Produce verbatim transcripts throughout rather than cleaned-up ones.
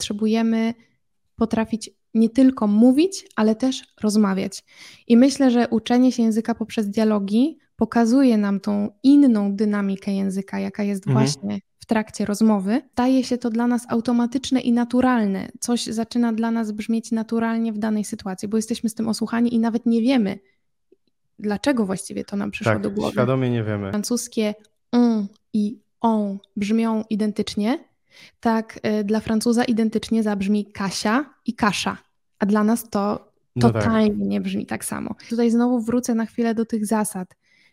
potrzebujemy potrafić nie tylko mówić, ale też rozmawiać. I myślę, że uczenie się języka poprzez dialogi pokazuje nam tą inną dynamikę języka, jaka jest Mhm. właśnie w trakcie rozmowy. Staje się to dla nas automatyczne i naturalne. Coś zaczyna dla nas brzmieć naturalnie w danej sytuacji, bo jesteśmy z tym osłuchani i nawet nie wiemy, dlaczego właściwie to nam przyszło Tak, do głowy. świadomie nie wiemy. Francuskie on i on brzmią identycznie, tak y, dla Francuza identycznie zabrzmi Kasia i Kasza, a dla nas to No tak. totalnie nie brzmi tak samo. Tutaj znowu wrócę na chwilę do tych zasad.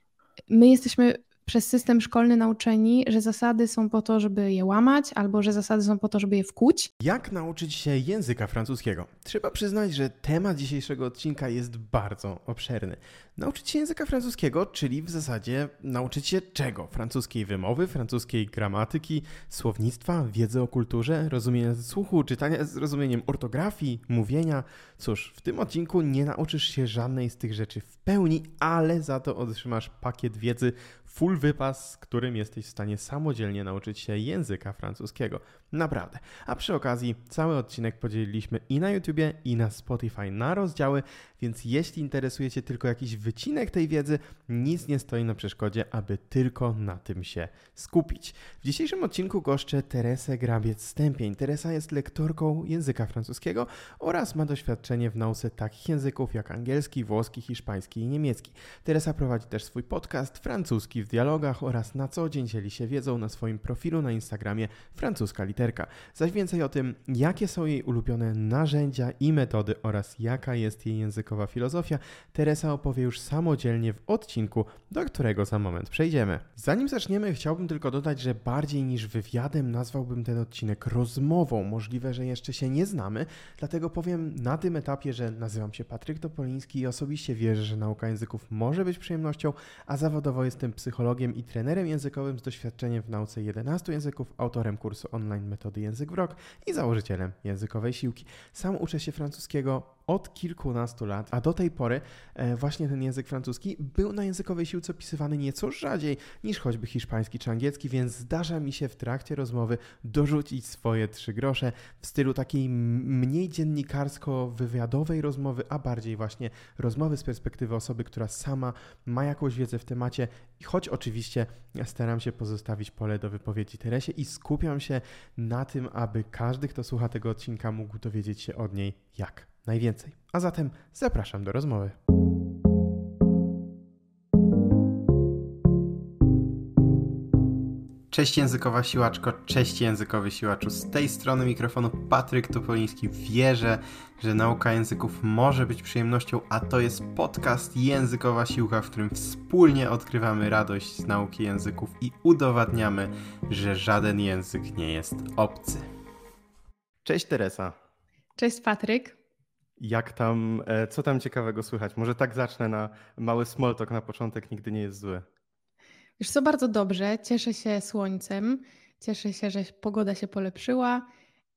My jesteśmy przez system szkolny nauczeni, że zasady są po to, żeby je łamać, albo że zasady są po to, żeby je wkuć. Jak nauczyć się języka francuskiego? Trzeba przyznać, że temat dzisiejszego odcinka jest bardzo obszerny. Nauczyć się języka francuskiego, czyli w zasadzie nauczyć się czego? Francuskiej wymowy, francuskiej gramatyki, słownictwa, wiedzy o kulturze, rozumienia słuchu, czytania z rozumieniem ortografii, mówienia. Cóż, w tym odcinku nie nauczysz się żadnej z tych rzeczy w pełni, ale za to otrzymasz pakiet wiedzy full wypas, z którym jesteś w stanie samodzielnie nauczyć się języka francuskiego. Naprawdę. A przy okazji cały odcinek podzieliliśmy i na YouTubie, i na Spotify na rozdziały, więc jeśli interesuje Cię tylko jakiś wycinek tej wiedzy, nic nie stoi na przeszkodzie, aby tylko na tym się skupić. W dzisiejszym odcinku goszczę Teresę Grabiec-Stępień. Teresa jest lektorką języka francuskiego oraz ma doświadczenie w nauce takich języków jak angielski, włoski, hiszpański i niemiecki. Teresa prowadzi też swój podcast Francuski w dialogach oraz na co dzień dzieli się wiedzą na swoim profilu na Instagramie Francuska Literka. Zaś więcej o tym, jakie są jej ulubione narzędzia i metody oraz jaka jest jej językowa filozofia, Teresa opowie już samodzielnie w odcinku, do którego za moment przejdziemy. Zanim zaczniemy, chciałbym tylko dodać, że bardziej niż wywiadem nazwałbym ten odcinek rozmową. Możliwe, że jeszcze się nie znamy, dlatego powiem na tym etapie, że nazywam się Patryk Topoliński i osobiście wierzę, że nauka języków może być przyjemnością, a zawodowo jestem psychologiem i trenerem językowym z doświadczeniem w nauce jedenastu języków, autorem kursu online Metody Język w Rok i założycielem Językowej Siłki. Sam uczę się francuskiego od kilkunastu lat, a do tej pory e, właśnie ten język francuski był na Językowej Siłce opisywany nieco rzadziej niż choćby hiszpański czy angielski, więc zdarza mi się w trakcie rozmowy dorzucić swoje trzy grosze w stylu takiej mniej dziennikarsko-wywiadowej rozmowy, a bardziej właśnie rozmowy z perspektywy osoby, która sama ma jakąś wiedzę w temacie, choć oczywiście staram się pozostawić pole do wypowiedzi Teresie i skupiam się na tym, aby każdy, kto słucha tego odcinka, mógł dowiedzieć się od niej jak najwięcej. A zatem zapraszam do rozmowy. Cześć językowa siłaczko, cześć językowy siłaczu. Z tej strony mikrofonu Patryk Topoliński. Wierzę, że nauka języków może być przyjemnością, a to jest podcast Językowa Siłka, w którym wspólnie odkrywamy radość z nauki języków i udowadniamy, że żaden język nie jest obcy. Cześć Teresa. Cześć Patryk. Jak tam, co tam ciekawego słychać? Może tak zacznę na mały small talk na początek, nigdy nie jest zły. Wiesz co, bardzo dobrze. Cieszę się słońcem. Cieszę się, że pogoda się polepszyła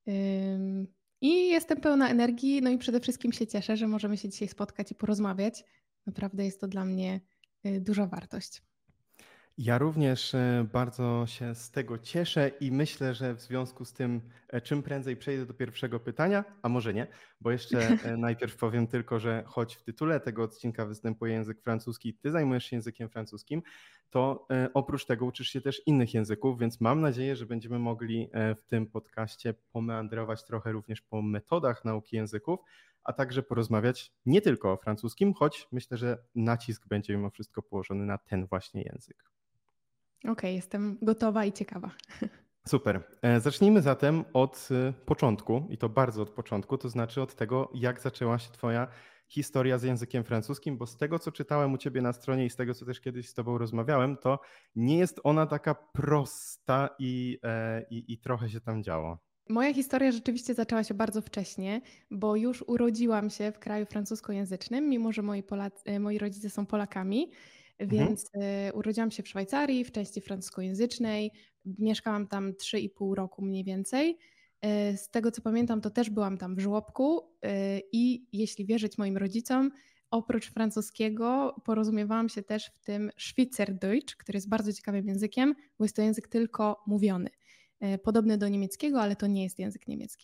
ym, i jestem pełna energii. No i przede wszystkim się cieszę, że możemy się dzisiaj spotkać i porozmawiać. Naprawdę jest to dla mnie y, duża wartość. Ja również bardzo się z tego cieszę i myślę, że w związku z tym czym prędzej przejdę do pierwszego pytania, a może nie, bo jeszcze najpierw powiem tylko, że choć w tytule tego odcinka występuje język francuski, ty zajmujesz się językiem francuskim, to oprócz tego uczysz się też innych języków, więc mam nadzieję, że będziemy mogli w tym podcaście pomeandrować trochę również po metodach nauki języków, a także porozmawiać nie tylko o francuskim, choć myślę, że nacisk będzie mimo wszystko położony na ten właśnie język. Okej, okay, jestem gotowa i ciekawa. Super. Zacznijmy zatem od początku i to bardzo od początku, to znaczy od tego, jak zaczęła się twoja historia z językiem francuskim, bo z tego, co czytałem u ciebie na stronie i z tego, co też kiedyś z tobą rozmawiałem, to nie jest ona taka prosta i, i, i trochę się tam działo. Moja historia rzeczywiście zaczęła się bardzo wcześnie, bo już urodziłam się w kraju francuskojęzycznym, mimo że moi, Polacy, moi rodzice są Polakami. Więc mhm. urodziłam się w Szwajcarii, w części francuskojęzycznej. Mieszkałam tam trzy i pół roku mniej więcej. Z tego co pamiętam, to też byłam tam w żłobku i jeśli wierzyć moim rodzicom, oprócz francuskiego porozumiewałam się też w tym Schweizerdeutsch, który jest bardzo ciekawym językiem, bo jest to język tylko mówiony. podobny do niemieckiego, ale to nie jest język niemiecki.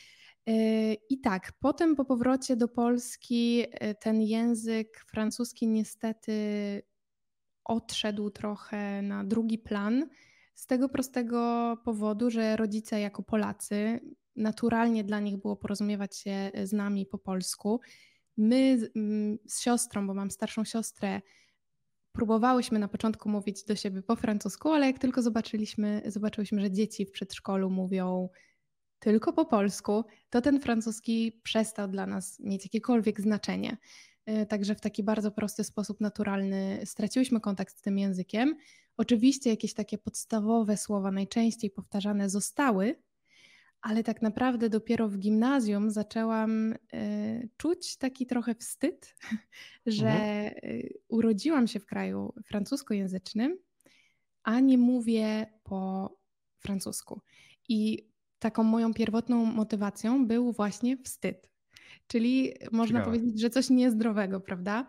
I tak, potem po powrocie do Polski ten język francuski niestety odszedł trochę na drugi plan z tego prostego powodu, że rodzice jako Polacy, naturalnie dla nich było porozumiewać się z nami po polsku. My z, z siostrą, bo mam starszą siostrę, próbowałyśmy na początku mówić do siebie po francusku, ale jak tylko zobaczyliśmy, zobaczyłyśmy, że dzieci w przedszkolu mówią tylko po polsku, to ten francuski przestał dla nas mieć jakiekolwiek znaczenie. Także w taki bardzo prosty sposób naturalny straciłyśmy kontakt z tym językiem. Oczywiście jakieś takie podstawowe słowa najczęściej powtarzane zostały, ale tak naprawdę dopiero w gimnazjum zaczęłam y, czuć taki trochę wstyd, że Mhm. y, urodziłam się w kraju francuskojęzycznym, a nie mówię po francusku. I taką moją pierwotną motywacją był właśnie wstyd. Czyli można Ciekawe. powiedzieć, że coś niezdrowego, prawda?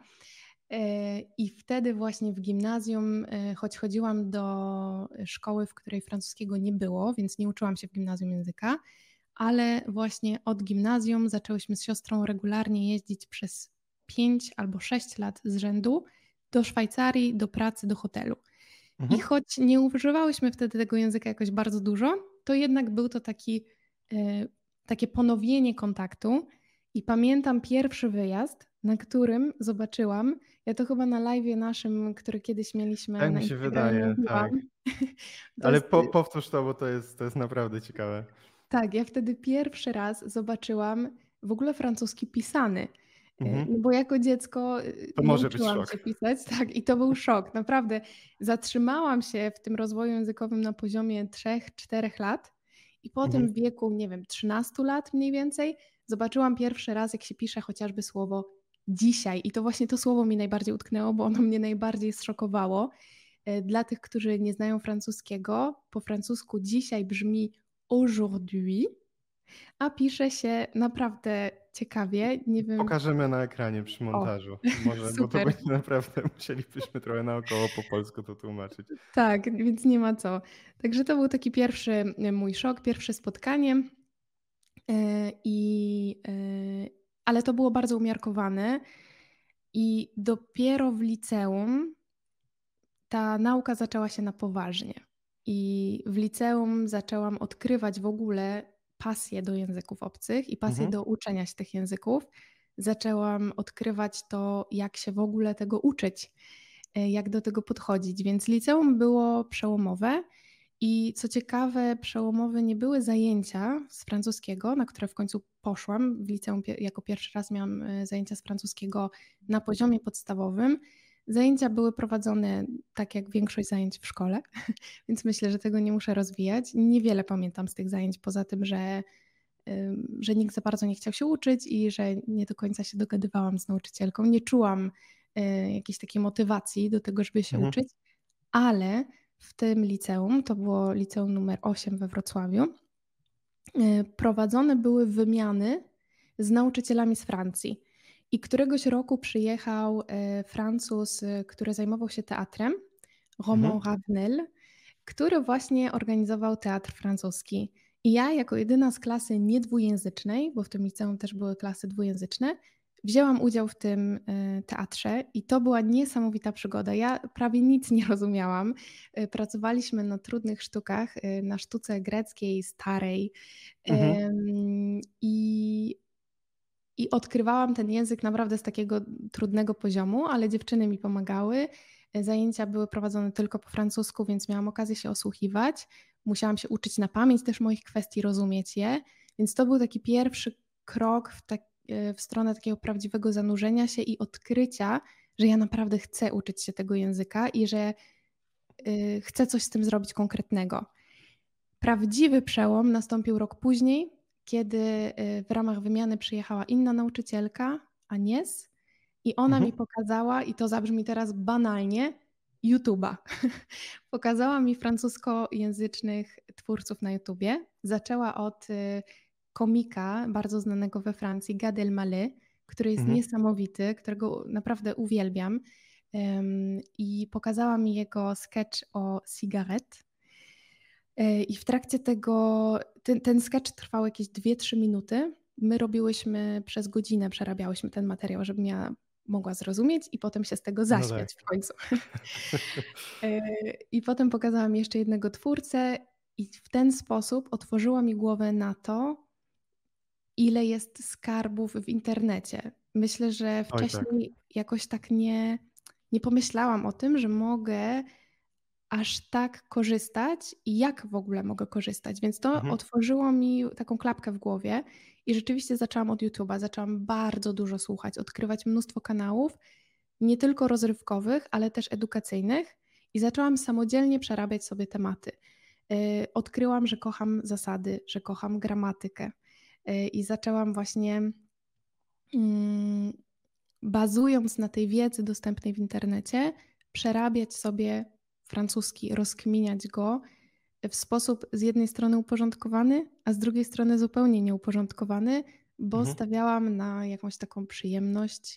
I wtedy właśnie w gimnazjum, choć chodziłam do szkoły, w której francuskiego nie było, więc nie uczyłam się w gimnazjum języka, ale właśnie od gimnazjum zaczęłyśmy z siostrą regularnie jeździć przez pięć albo sześć lat z rzędu do Szwajcarii, do pracy, do hotelu. I Mhm. choć nie używałyśmy wtedy tego języka jakoś bardzo dużo, to jednak był to taki, takie ponowienie kontaktu. I pamiętam pierwszy wyjazd, na którym zobaczyłam, ja to chyba na live'ie naszym, który kiedyś mieliśmy Tak na mi się Instagramie wydaje, mówiłam. tak. To Ale jest, po, powtórz to, bo to jest, to jest naprawdę ciekawe. tak, ja wtedy pierwszy raz zobaczyłam w ogóle francuski pisany. Mhm. No bo jako dziecko To nie może być uczyłam szok. się pisać, tak, i to był szok, naprawdę. Zatrzymałam się w tym rozwoju językowym na poziomie trzech czterech lat i potem Mhm. w wieku, nie wiem, trzynastu lat mniej więcej zobaczyłam pierwszy raz, jak się pisze chociażby słowo dzisiaj i to właśnie to słowo mi najbardziej utknęło, bo ono mnie najbardziej zszokowało. Dla tych, którzy nie znają francuskiego, po francusku dzisiaj brzmi aujourd'hui, a pisze się naprawdę ciekawie. Nie wiem. Pokażemy na ekranie przy O, montażu. Może, bo to super. będzie naprawdę, musielibyśmy trochę naokoło po polsku to tłumaczyć. Tak, więc nie ma co. Także to był taki pierwszy mój szok, pierwsze spotkanie. I, ale to było bardzo umiarkowane i dopiero w liceum ta nauka zaczęła się na poważnie. I w liceum zaczęłam odkrywać w ogóle pasję do języków obcych i pasję Mhm. do uczenia się tych języków. Zaczęłam odkrywać to, jak się w ogóle tego uczyć, jak do tego podchodzić. Więc liceum było przełomowe i co ciekawe, przełomowe nie były zajęcia z francuskiego, na które w końcu poszłam. W liceum jako pierwszy raz miałam zajęcia z francuskiego na poziomie podstawowym. Zajęcia były prowadzone tak jak większość zajęć w szkole, więc myślę, że tego nie muszę rozwijać. Niewiele pamiętam z tych zajęć, poza tym, że, że nikt za bardzo nie chciał się uczyć i że nie do końca się dogadywałam z nauczycielką. Nie czułam jakiejś takiej motywacji do tego, żeby się Mhm. uczyć, ale w tym liceum, to było liceum numer osiem we Wrocławiu, prowadzone były wymiany z nauczycielami z Francji. I któregoś roku przyjechał Francuz, który zajmował się teatrem, Romain Mhm. Ravenel, który właśnie organizował teatr francuski. I ja jako jedyna z klasy niedwujęzycznej, bo w tym liceum też były klasy dwujęzyczne, wzięłam udział w tym teatrze i to była niesamowita przygoda. Ja prawie nic nie rozumiałam. Pracowaliśmy na trudnych sztukach, na sztuce greckiej, starej Mhm. i, i odkrywałam ten język naprawdę z takiego trudnego poziomu, ale dziewczyny mi pomagały. Zajęcia były prowadzone tylko po francusku, więc miałam okazję się osłuchiwać. Musiałam się uczyć na pamięć też moich kwestii, rozumieć je. Więc to był taki pierwszy krok w, tak, w stronę takiego prawdziwego zanurzenia się i odkrycia, że ja naprawdę chcę uczyć się tego języka i że y, chcę coś z tym zrobić konkretnego. Prawdziwy przełom nastąpił rok później, kiedy w ramach wymiany przyjechała inna nauczycielka, Agnes, i ona Mhm. mi pokazała, i to zabrzmi teraz banalnie, YouTube'a. Pokazała mi francuskojęzycznych twórców na YouTubie. Zaczęła od komika bardzo znanego we Francji, Gad Elmaleh, który jest Mhm. niesamowity, którego naprawdę uwielbiam. Um, I pokazała mi jego sketch o cigarette. E, I w trakcie tego, ten, ten sketch trwał jakieś dwie trzy minuty. My robiłyśmy przez godzinę, przerabiałyśmy ten materiał, żebym ja mogła zrozumieć i potem się z tego No tak. zaśmiać w końcu. E, I potem pokazałam jeszcze jednego twórcę i w ten sposób otworzyła mi głowę na to, ile jest skarbów w internecie. Myślę, że Oj tak. wcześniej jakoś tak nie, nie pomyślałam o tym, że mogę aż tak korzystać i jak w ogóle mogę korzystać. Więc to Mhm. otworzyło mi taką klapkę w głowie i rzeczywiście zaczęłam od YouTube'a, zaczęłam bardzo dużo słuchać, odkrywać mnóstwo kanałów, nie tylko rozrywkowych, ale też edukacyjnych i zaczęłam samodzielnie przerabiać sobie tematy. Yy, Odkryłam, że kocham zasady, że kocham gramatykę yy, i zaczęłam właśnie mm, bazując na tej wiedzy dostępnej w internecie, przerabiać sobie francuski, rozkminiać go w sposób z jednej strony uporządkowany, a z drugiej strony zupełnie nieuporządkowany, bo Mhm. stawiałam na jakąś taką przyjemność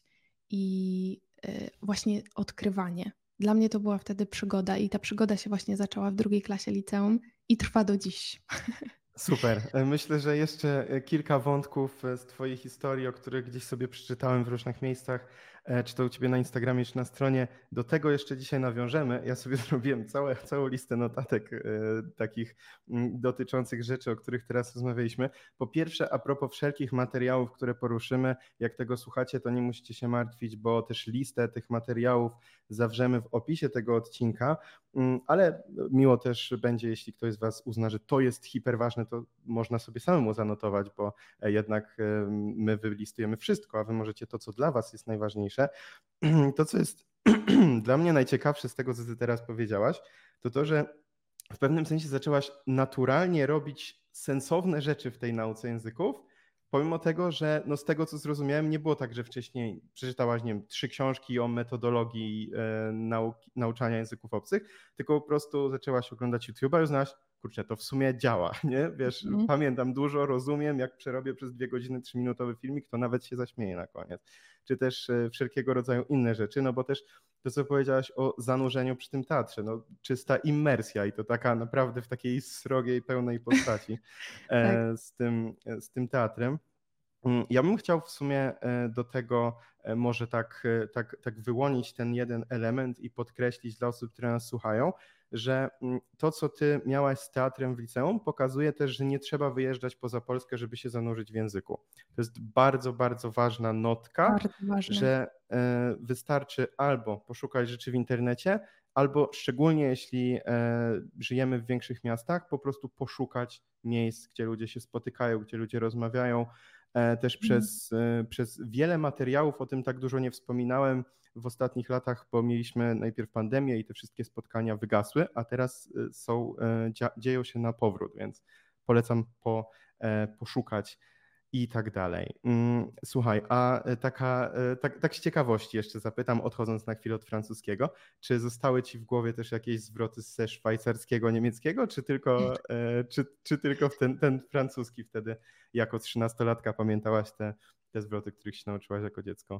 i y, właśnie odkrywanie. Dla mnie to była wtedy przygoda i ta przygoda się właśnie zaczęła w drugiej klasie liceum i trwa do dziś. Super. E, Myślę, że jeszcze e, kilka wątków e, z Twojej historii, o których gdzieś sobie przeczytałem w różnych miejscach, e, czy to u Ciebie na Instagramie, czy na stronie. Do tego jeszcze dzisiaj nawiążemy. Ja sobie zrobiłem całe, całą listę notatek e, takich m, dotyczących rzeczy, o których teraz rozmawialiśmy. Po pierwsze, a propos wszelkich materiałów, które poruszymy, jak tego słuchacie, to nie musicie się martwić, bo też listę tych materiałów zawrzemy w opisie tego odcinka. Mm, Ale miło też będzie, jeśli ktoś z Was uzna, że to jest hiperważne, to można sobie samemu zanotować, bo e, jednak e, my wylistujemy wszystko, a Wy możecie to, co dla Was jest najważniejsze. To, co jest dla mnie najciekawsze z tego, co Ty teraz powiedziałaś, to to, że w pewnym sensie zaczęłaś naturalnie robić sensowne rzeczy w tej nauce języków, pomimo tego, że no z tego, co zrozumiałem, nie było tak, że wcześniej przeczytałaś, nie wiem, trzy książki o metodologii e, nauki, nauczania języków obcych, tylko po prostu zaczęłaś oglądać YouTube'a i uznałaś, kurczę, to w sumie działa, nie? Wiesz, Mhm. pamiętam dużo, rozumiem, jak przerobię przez dwie godziny trzyminutowy filmik, to nawet się zaśmieję na koniec. Czy też e, wszelkiego rodzaju inne rzeczy, no bo też to, co powiedziałaś o zanurzeniu przy tym teatrze, no czysta immersja i to taka naprawdę w takiej srogiej, pełnej postaci Tak. e, z tym, z tym teatrem. Mm, Ja bym chciał w sumie e, do tego e, może tak, e, tak, tak wyłonić ten jeden element i podkreślić dla osób, które nas słuchają, że mm, to, co ty miałaś z teatrem w liceum, pokazuje też, że nie trzeba wyjeżdżać poza Polskę, żeby się zanurzyć w języku. To jest bardzo, bardzo ważna notka, Bardzo ważne. że e, wystarczy albo poszukać rzeczy w internecie, albo szczególnie jeśli e, żyjemy w większych miastach, po prostu poszukać miejsc, gdzie ludzie się spotykają, gdzie ludzie rozmawiają. E, Też Mhm. przez, e, przez wiele materiałów, o tym tak dużo nie wspominałem w ostatnich latach, bo mieliśmy najpierw pandemię i te wszystkie spotkania wygasły, a teraz e, są, e, dzia- dzieją się na powrót, więc polecam po, e, poszukać i tak dalej. Mm, Słuchaj, a e, taka, e, tak, tak z ciekawości jeszcze zapytam, odchodząc na chwilę od francuskiego, czy zostały ci w głowie też jakieś zwroty ze szwajcarskiego, niemieckiego, czy tylko, e, czy, czy tylko w ten, ten francuski wtedy jako trzynastolatka pamiętałaś te, te zwroty, których się nauczyłaś jako dziecko?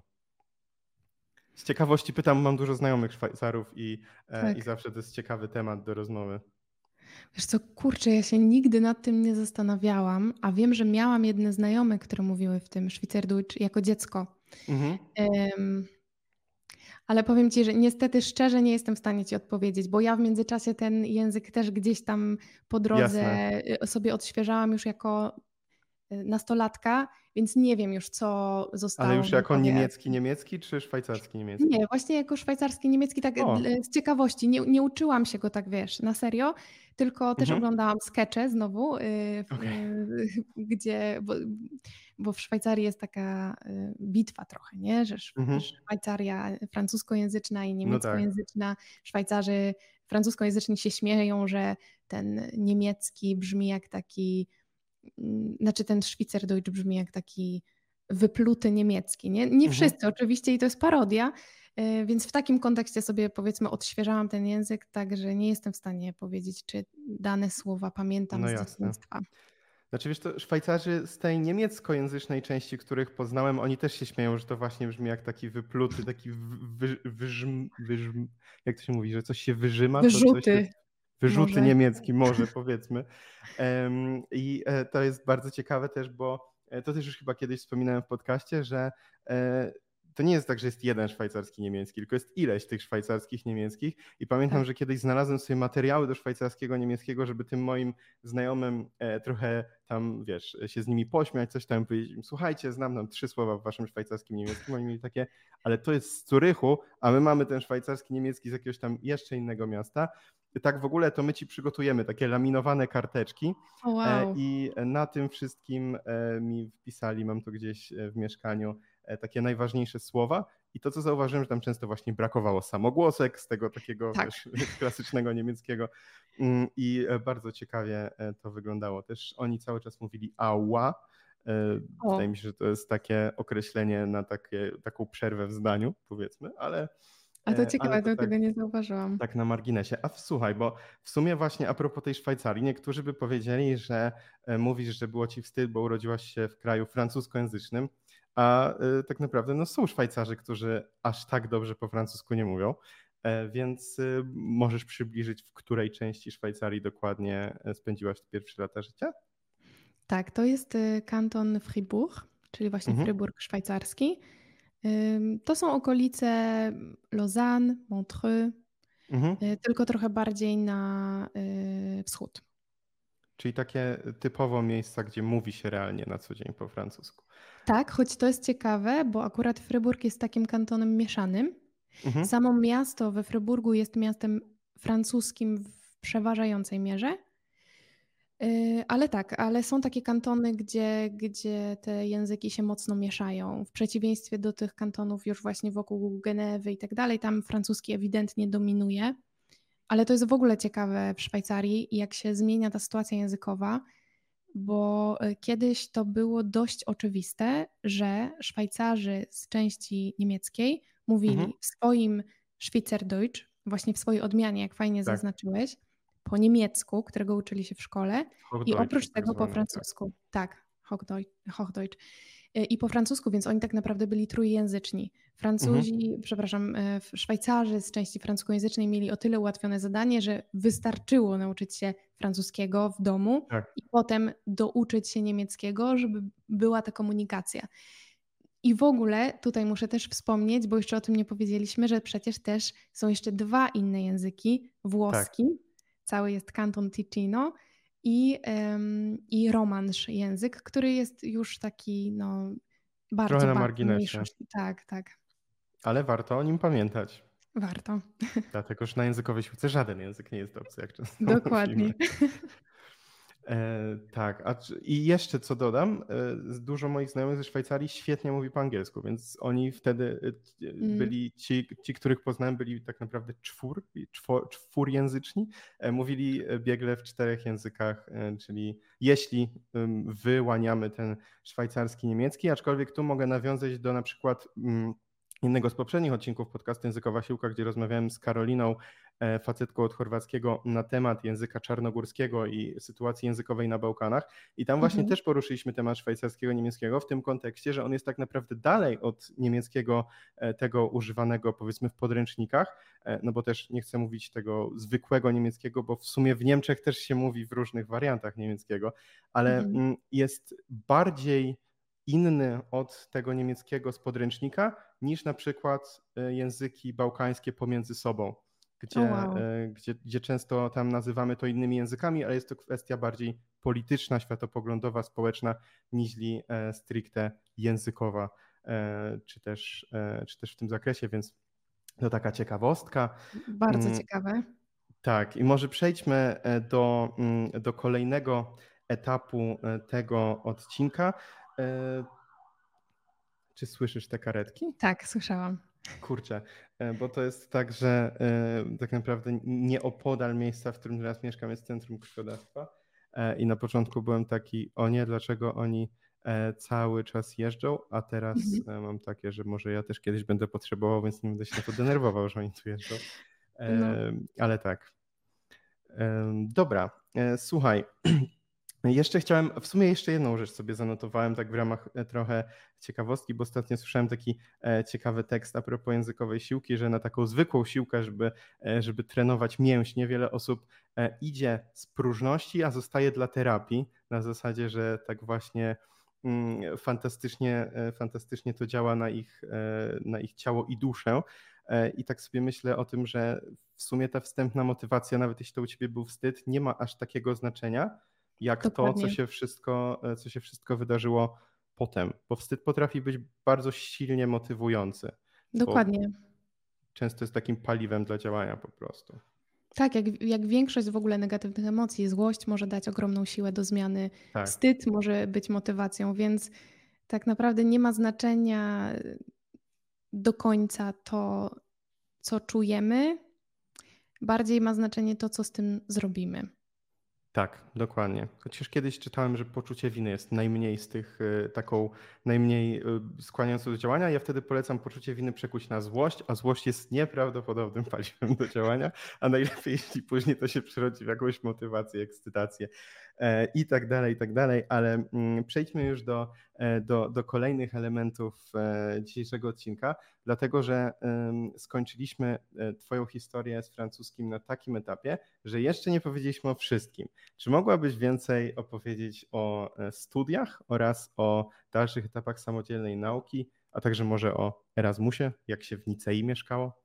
Z ciekawości pytam, mam dużo znajomych Szwajcarów i, e, i Tak. zawsze to jest ciekawy temat do rozmowy. Wiesz co, kurczę, ja się nigdy nad tym nie zastanawiałam, a wiem, że miałam jedne znajome, które mówiły w tym Schweizerdeutsch jako dziecko. Mhm, Em, ale powiem Ci, że niestety szczerze nie jestem w stanie Ci odpowiedzieć, bo ja w międzyczasie ten język też gdzieś tam po drodze jasne. y, sobie odświeżałam już jako y, nastolatka, więc nie wiem już, co Ale zostało już w mojej jako głowie. niemiecki, niemiecki czy szwajcarski, niemiecki? Nie, właśnie jako szwajcarski, niemiecki tak O, dl z ciekawości. Nie nie uczyłam się go tak, wiesz, na serio, tylko też mhm, oglądałam skecze znowu, y, w okej. y, gdzie bo bo w Szwajcarii jest taka, y, bitwa trochę, nie, że Szw Mhm. Szwajcaria francuskojęzyczna i No tak. niemieckojęzyczna. Szwajcarzy francuskojęzyczni się śmieją, że ten niemiecki brzmi jak taki mm, znaczy ten Schweizerdeutsch brzmi jak taki wypluty niemiecki, nie? Nie Mhm. wszyscy oczywiście i to jest parodia, yy, więc w takim kontekście sobie powiedzmy odświeżałam ten język, tak że nie jestem w stanie powiedzieć, czy dane słowa pamiętam No z jasne. dzieciństwa. Znaczy wiesz, to Szwajcarzy z tej niemieckojęzycznej części, których poznałem, oni też się śmieją, że to właśnie brzmi jak taki wypluty, taki wy, wyżm, wyżm, jak to się mówi, że coś się wyżyma, to coś jest Wyrzuty. wyrzuty Może. niemiecki, może powiedzmy. I to jest bardzo ciekawe też, bo to też już chyba kiedyś wspominałem w podcaście, że to nie jest tak, że jest jeden szwajcarski niemiecki, tylko jest ileś tych szwajcarskich niemieckich i pamiętam, Tak. że kiedyś znalazłem sobie materiały do szwajcarskiego niemieckiego, żeby tym moim znajomym trochę tam, wiesz, się z nimi pośmiać, coś tam powiedzieć im, słuchajcie, znam tam trzy słowa w waszym szwajcarskim niemieckim, oni mieli takie, ale to jest z Zurychu, a my mamy ten szwajcarski niemiecki z jakiegoś tam jeszcze innego miasta. Tak w ogóle to my ci przygotujemy takie laminowane karteczki O, wow. i na tym wszystkim mi wpisali, mam to gdzieś w mieszkaniu, takie najważniejsze słowa i to, co zauważyłem, że tam często właśnie brakowało samogłosek z tego takiego Tak. wiesz, klasycznego niemieckiego i bardzo ciekawie to wyglądało. Też oni cały czas mówili ała. O. Wydaje mi się, że to jest takie określenie na takie, taką przerwę w zdaniu, powiedzmy, ale A to ciekawe, ale to to tak, tego nie zauważyłam. tak na marginesie. A słuchaj, bo w sumie właśnie a propos tej Szwajcarii, niektórzy by powiedzieli, że mówisz, że było ci wstyd, bo urodziłaś się w kraju francuskojęzycznym, a tak naprawdę no, są Szwajcarzy, którzy aż tak dobrze po francusku nie mówią, więc możesz przybliżyć, w której części Szwajcarii dokładnie spędziłaś te pierwsze lata życia? Tak, to jest kanton Fribourg, czyli właśnie Mhm. Fryburg szwajcarski. To są okolice Lausanne, Montreux, Mhm. tylko trochę bardziej na wschód. Czyli takie typowo miejsca, gdzie mówi się realnie na co dzień po francusku. Tak, choć to jest ciekawe, bo akurat Fryburg jest takim kantonem mieszanym. Mhm. Samo miasto we Fryburgu jest miastem francuskim w przeważającej mierze. Ale tak, ale są takie kantony, gdzie, gdzie te języki się mocno mieszają. W przeciwieństwie do tych kantonów już właśnie wokół Genewy i tak dalej, tam francuski ewidentnie dominuje. Ale to jest w ogóle ciekawe w Szwajcarii, jak się zmienia ta sytuacja językowa, bo kiedyś to było dość oczywiste, że Szwajcarzy z części niemieckiej mówili Mhm. w swoim Schweizerdeutsch, właśnie w swojej odmianie, jak fajnie Tak. zaznaczyłeś, po niemiecku, którego uczyli się w szkole i oprócz tego po francusku. Tak, Hochdeutsch. Hochdeutsch. I po francusku, więc oni tak naprawdę byli trójjęzyczni. Francuzi, mhm. przepraszam, Szwajcarzy z części francuskojęzycznej mieli o tyle ułatwione zadanie, że wystarczyło nauczyć się francuskiego w domu Tak. i potem douczyć się niemieckiego, żeby była ta komunikacja. I w ogóle tutaj muszę też wspomnieć, bo jeszcze o tym nie powiedzieliśmy, że przecież też są jeszcze dwa inne języki. Włoski, tak. Cały jest kanton Ticino i, um, i romansz język, który jest już taki no bardzo, trochę na bardzo marginesie. mniejszości. Tak, tak. Ale warto o nim pamiętać. Warto. Dlatego, że na językowej siłce żaden język nie jest obcy, jak często Dokładnie. mówimy. E, tak, a i jeszcze co dodam, e, dużo moich znajomych ze Szwajcarii świetnie mówi po angielsku, więc oni wtedy e, byli, ci, ci, których poznałem, byli tak naprawdę czwór, czwór, czwórjęzyczni, e, mówili biegle w czterech językach, e, czyli jeśli um, wyłaniamy ten szwajcarski niemiecki, aczkolwiek tu mogę nawiązać do na przykład um, innego z poprzednich odcinków podcastu Językowa Siłka, gdzie rozmawiałem z Karoliną, facetką od chorwackiego, na temat języka czarnogórskiego i sytuacji językowej na Bałkanach. I tam właśnie mhm. też poruszyliśmy temat szwajcarskiego niemieckiego w tym kontekście, że on jest tak naprawdę dalej od niemieckiego, tego używanego powiedzmy w podręcznikach, no bo też nie chcę mówić tego zwykłego niemieckiego, bo w sumie w Niemczech też się mówi w różnych wariantach niemieckiego, ale mhm. jest bardziej inny od tego niemieckiego z podręcznika niż na przykład języki bałkańskie pomiędzy sobą, gdzie, oh wow. gdzie, gdzie często tam nazywamy to innymi językami, ale jest to kwestia bardziej polityczna, światopoglądowa, społeczna, niźli stricte językowa, czy też, czy też w tym zakresie, więc to taka ciekawostka. Bardzo ciekawe. Tak, i może przejdźmy do, do kolejnego etapu tego odcinka. Czy słyszysz te karetki? Tak, słyszałam. Kurczę, bo to jest tak, że tak naprawdę nieopodal miejsca, w którym teraz mieszkam, jest centrum krwiodawstwa i na początku byłem taki, o nie, dlaczego oni cały czas jeżdżą, a teraz mhm. mam takie, że może ja też kiedyś będę potrzebował, więc nie będę się na to denerwował, że oni tu jeżdżą. No. Ale tak. Dobra, słuchaj, Jeszcze chciałem, w sumie jeszcze jedną rzecz sobie zanotowałem, tak w ramach trochę ciekawostki, bo ostatnio słyszałem taki ciekawy tekst a propos językowej siłki, że na taką zwykłą siłkę, żeby, żeby trenować mięśnie, wiele osób idzie z próżności, a zostaje dla terapii, na zasadzie, że tak właśnie fantastycznie, fantastycznie to działa na ich, na ich ciało i duszę. I tak sobie myślę o tym, że w sumie ta wstępna motywacja, nawet jeśli to u ciebie był wstyd, nie ma aż takiego znaczenia, jak to, co Dokładnie. się wszystko, co się wszystko wydarzyło potem. Bo wstyd potrafi być bardzo silnie motywujący. Dokładnie. Często jest takim paliwem dla działania po prostu. Tak, jak, jak większość w ogóle negatywnych emocji, złość może dać ogromną siłę do zmiany, Tak. wstyd może być motywacją, więc tak naprawdę nie ma znaczenia do końca to, co czujemy, bardziej ma znaczenie to, co z tym zrobimy. Tak, dokładnie. Chociaż kiedyś czytałem, że poczucie winy jest najmniej z tych, taką najmniej skłaniającą do działania. Ja wtedy polecam poczucie winy przekuć na złość, a złość jest nieprawdopodobnym paliwem do działania, a najlepiej, jeśli później to się przerodzi w jakąś motywację, ekscytację i tak dalej, i tak dalej. Ale przejdźmy już do, do, do kolejnych elementów dzisiejszego odcinka, dlatego że skończyliśmy twoją historię z francuskim na takim etapie, że jeszcze nie powiedzieliśmy o wszystkim. Czy mogłabyś więcej opowiedzieć o studiach oraz o dalszych etapach samodzielnej nauki, a także może o Erasmusie, jak się w Nicei mieszkało?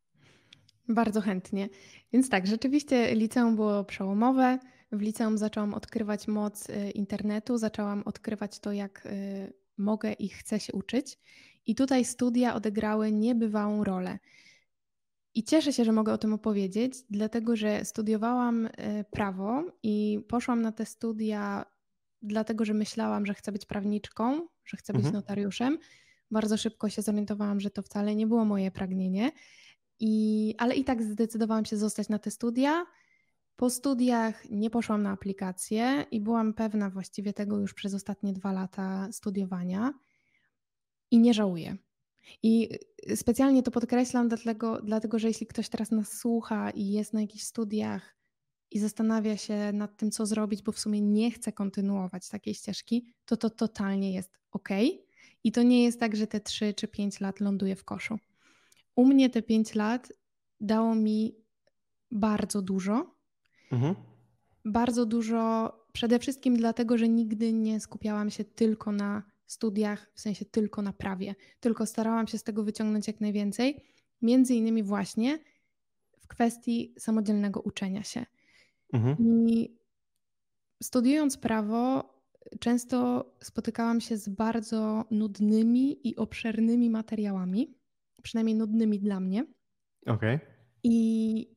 Bardzo chętnie. Więc tak, rzeczywiście liceum było przełomowe. W liceum zaczęłam odkrywać moc internetu, zaczęłam odkrywać to, jak mogę i chcę się uczyć. I tutaj studia odegrały niebywałą rolę. I cieszę się, że mogę o tym opowiedzieć, dlatego że studiowałam prawo i poszłam na te studia dlatego, że myślałam, że chcę być prawniczką, że chcę być Mhm. notariuszem. Bardzo szybko się zorientowałam, że to wcale nie było moje pragnienie. I, ale i tak zdecydowałam się zostać na te studia. Po studiach nie poszłam na aplikację i byłam pewna właściwie tego już przez ostatnie dwa lata studiowania i nie żałuję. I specjalnie to podkreślam dlatego, dlatego, że jeśli ktoś teraz nas słucha i jest na jakichś studiach i zastanawia się nad tym, co zrobić, bo w sumie nie chce kontynuować takiej ścieżki, to to totalnie jest okej. I to nie jest tak, że te trzy czy pięć lat ląduje w koszu. U mnie te pięć lat dało mi bardzo dużo. Mhm. Bardzo dużo przede wszystkim dlatego, że nigdy nie skupiałam się tylko na studiach, w sensie tylko na prawie, tylko starałam się z tego wyciągnąć jak najwięcej, między innymi właśnie w kwestii samodzielnego uczenia się. Mhm. I studiując prawo, często spotykałam się z bardzo nudnymi i obszernymi materiałami, przynajmniej nudnymi dla mnie. Okej. I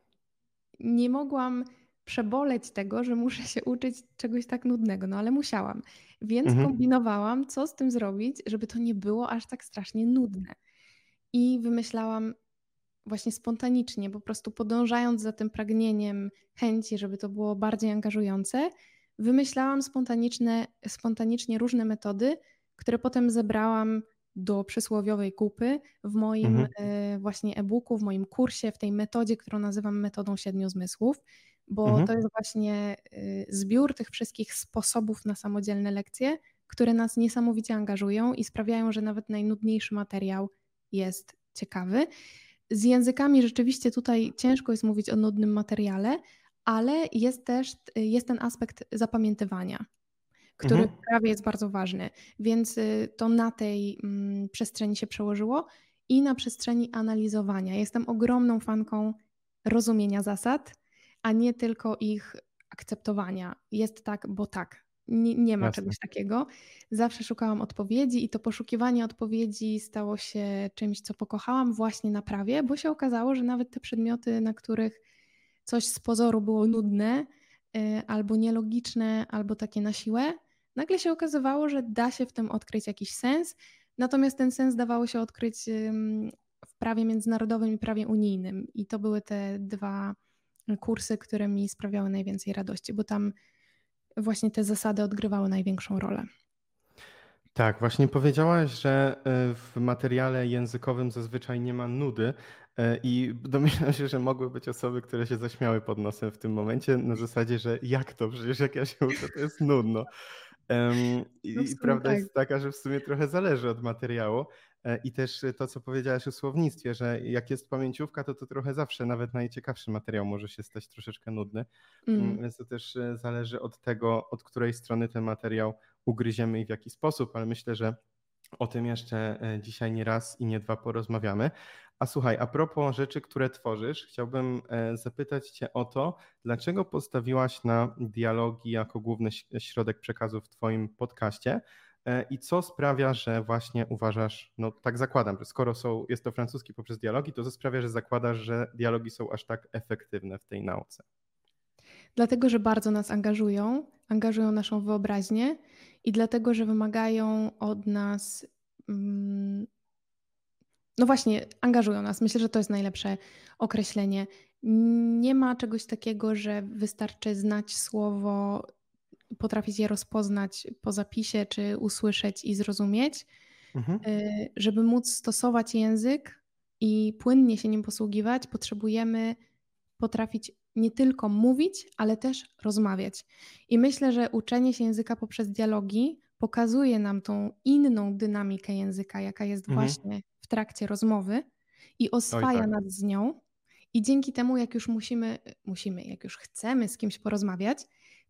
nie mogłam przeboleć tego, że muszę się uczyć czegoś tak nudnego, no ale musiałam. Więc Mhm. kombinowałam, co z tym zrobić, żeby to nie było aż tak strasznie nudne. I wymyślałam właśnie spontanicznie, po prostu podążając za tym pragnieniem chęci, żeby to było bardziej angażujące, wymyślałam spontaniczne, spontanicznie różne metody, które potem zebrałam do przysłowiowej kupy w moim Mhm. e, właśnie e-booku, w moim kursie, w tej metodzie, którą nazywam metodą siedmiu zmysłów, bo Mhm. to jest właśnie y, zbiór tych wszystkich sposobów na samodzielne lekcje, które nas niesamowicie angażują i sprawiają, że nawet najnudniejszy materiał jest ciekawy. Z językami rzeczywiście tutaj ciężko jest mówić o nudnym materiale, ale jest też jest ten aspekt zapamiętywania, który Mhm. w prawie jest bardzo ważny, więc to na tej mm, przestrzeni się przełożyło i na przestrzeni analizowania. Jestem ogromną fanką rozumienia zasad, a nie tylko ich akceptowania. Jest tak, bo tak. Nie, nie ma Jasne. czegoś takiego. Zawsze szukałam odpowiedzi i to poszukiwanie odpowiedzi stało się czymś, co pokochałam właśnie na prawie, bo się okazało, że nawet te przedmioty, na których coś z pozoru było nudne, albo nielogiczne, albo takie na siłę, nagle się okazywało, że da się w tym odkryć jakiś sens, natomiast ten sens dawało się odkryć w prawie międzynarodowym i prawie unijnym. I to były te dwa kursy, które mi sprawiały najwięcej radości, bo tam właśnie te zasady odgrywały największą rolę. Tak, właśnie powiedziałaś, że w materiale językowym zazwyczaj nie ma nudy, I domyślam się, że mogły być osoby, które się zaśmiały pod nosem w tym momencie na zasadzie, że jak to, przecież jak ja się uczę, to jest nudno. No w I, i sumie prawda tak. jest taka, że w sumie trochę zależy od materiału. I też to, co powiedziałaś o słownictwie, że jak jest pamięciówka, to to trochę zawsze, nawet najciekawszy materiał może się stać troszeczkę nudny. Mm. Więc to też zależy od tego, od której strony ten materiał ugryziemy i w jaki sposób, ale myślę, że o tym jeszcze dzisiaj nie raz i nie dwa porozmawiamy. A słuchaj, a propos rzeczy, które tworzysz, chciałbym zapytać Cię o to, dlaczego postawiłaś na dialogi jako główny środek przekazu w Twoim podcaście i co sprawia, że właśnie uważasz, no tak zakładam, że skoro są, jest to francuski poprzez dialogi, to co sprawia, że zakładasz, że dialogi są aż tak efektywne w tej nauce? Dlatego, że bardzo nas angażują, angażują naszą wyobraźnię i dlatego, że wymagają od nas, mm, no właśnie, angażują nas. Myślę, że to jest najlepsze określenie. Nie ma czegoś takiego, że wystarczy znać słowo, potrafić je rozpoznać po zapisie, czy usłyszeć i zrozumieć. Mhm. Y, Żeby móc stosować język i płynnie się nim posługiwać, potrzebujemy potrafić nie tylko mówić, ale też rozmawiać. I myślę, że uczenie się języka poprzez dialogi pokazuje nam tą inną dynamikę języka, jaka jest Mhm. właśnie w trakcie rozmowy i Oj oswaja tak. nas z nią. I dzięki temu, jak już musimy, musimy, jak już chcemy z kimś porozmawiać,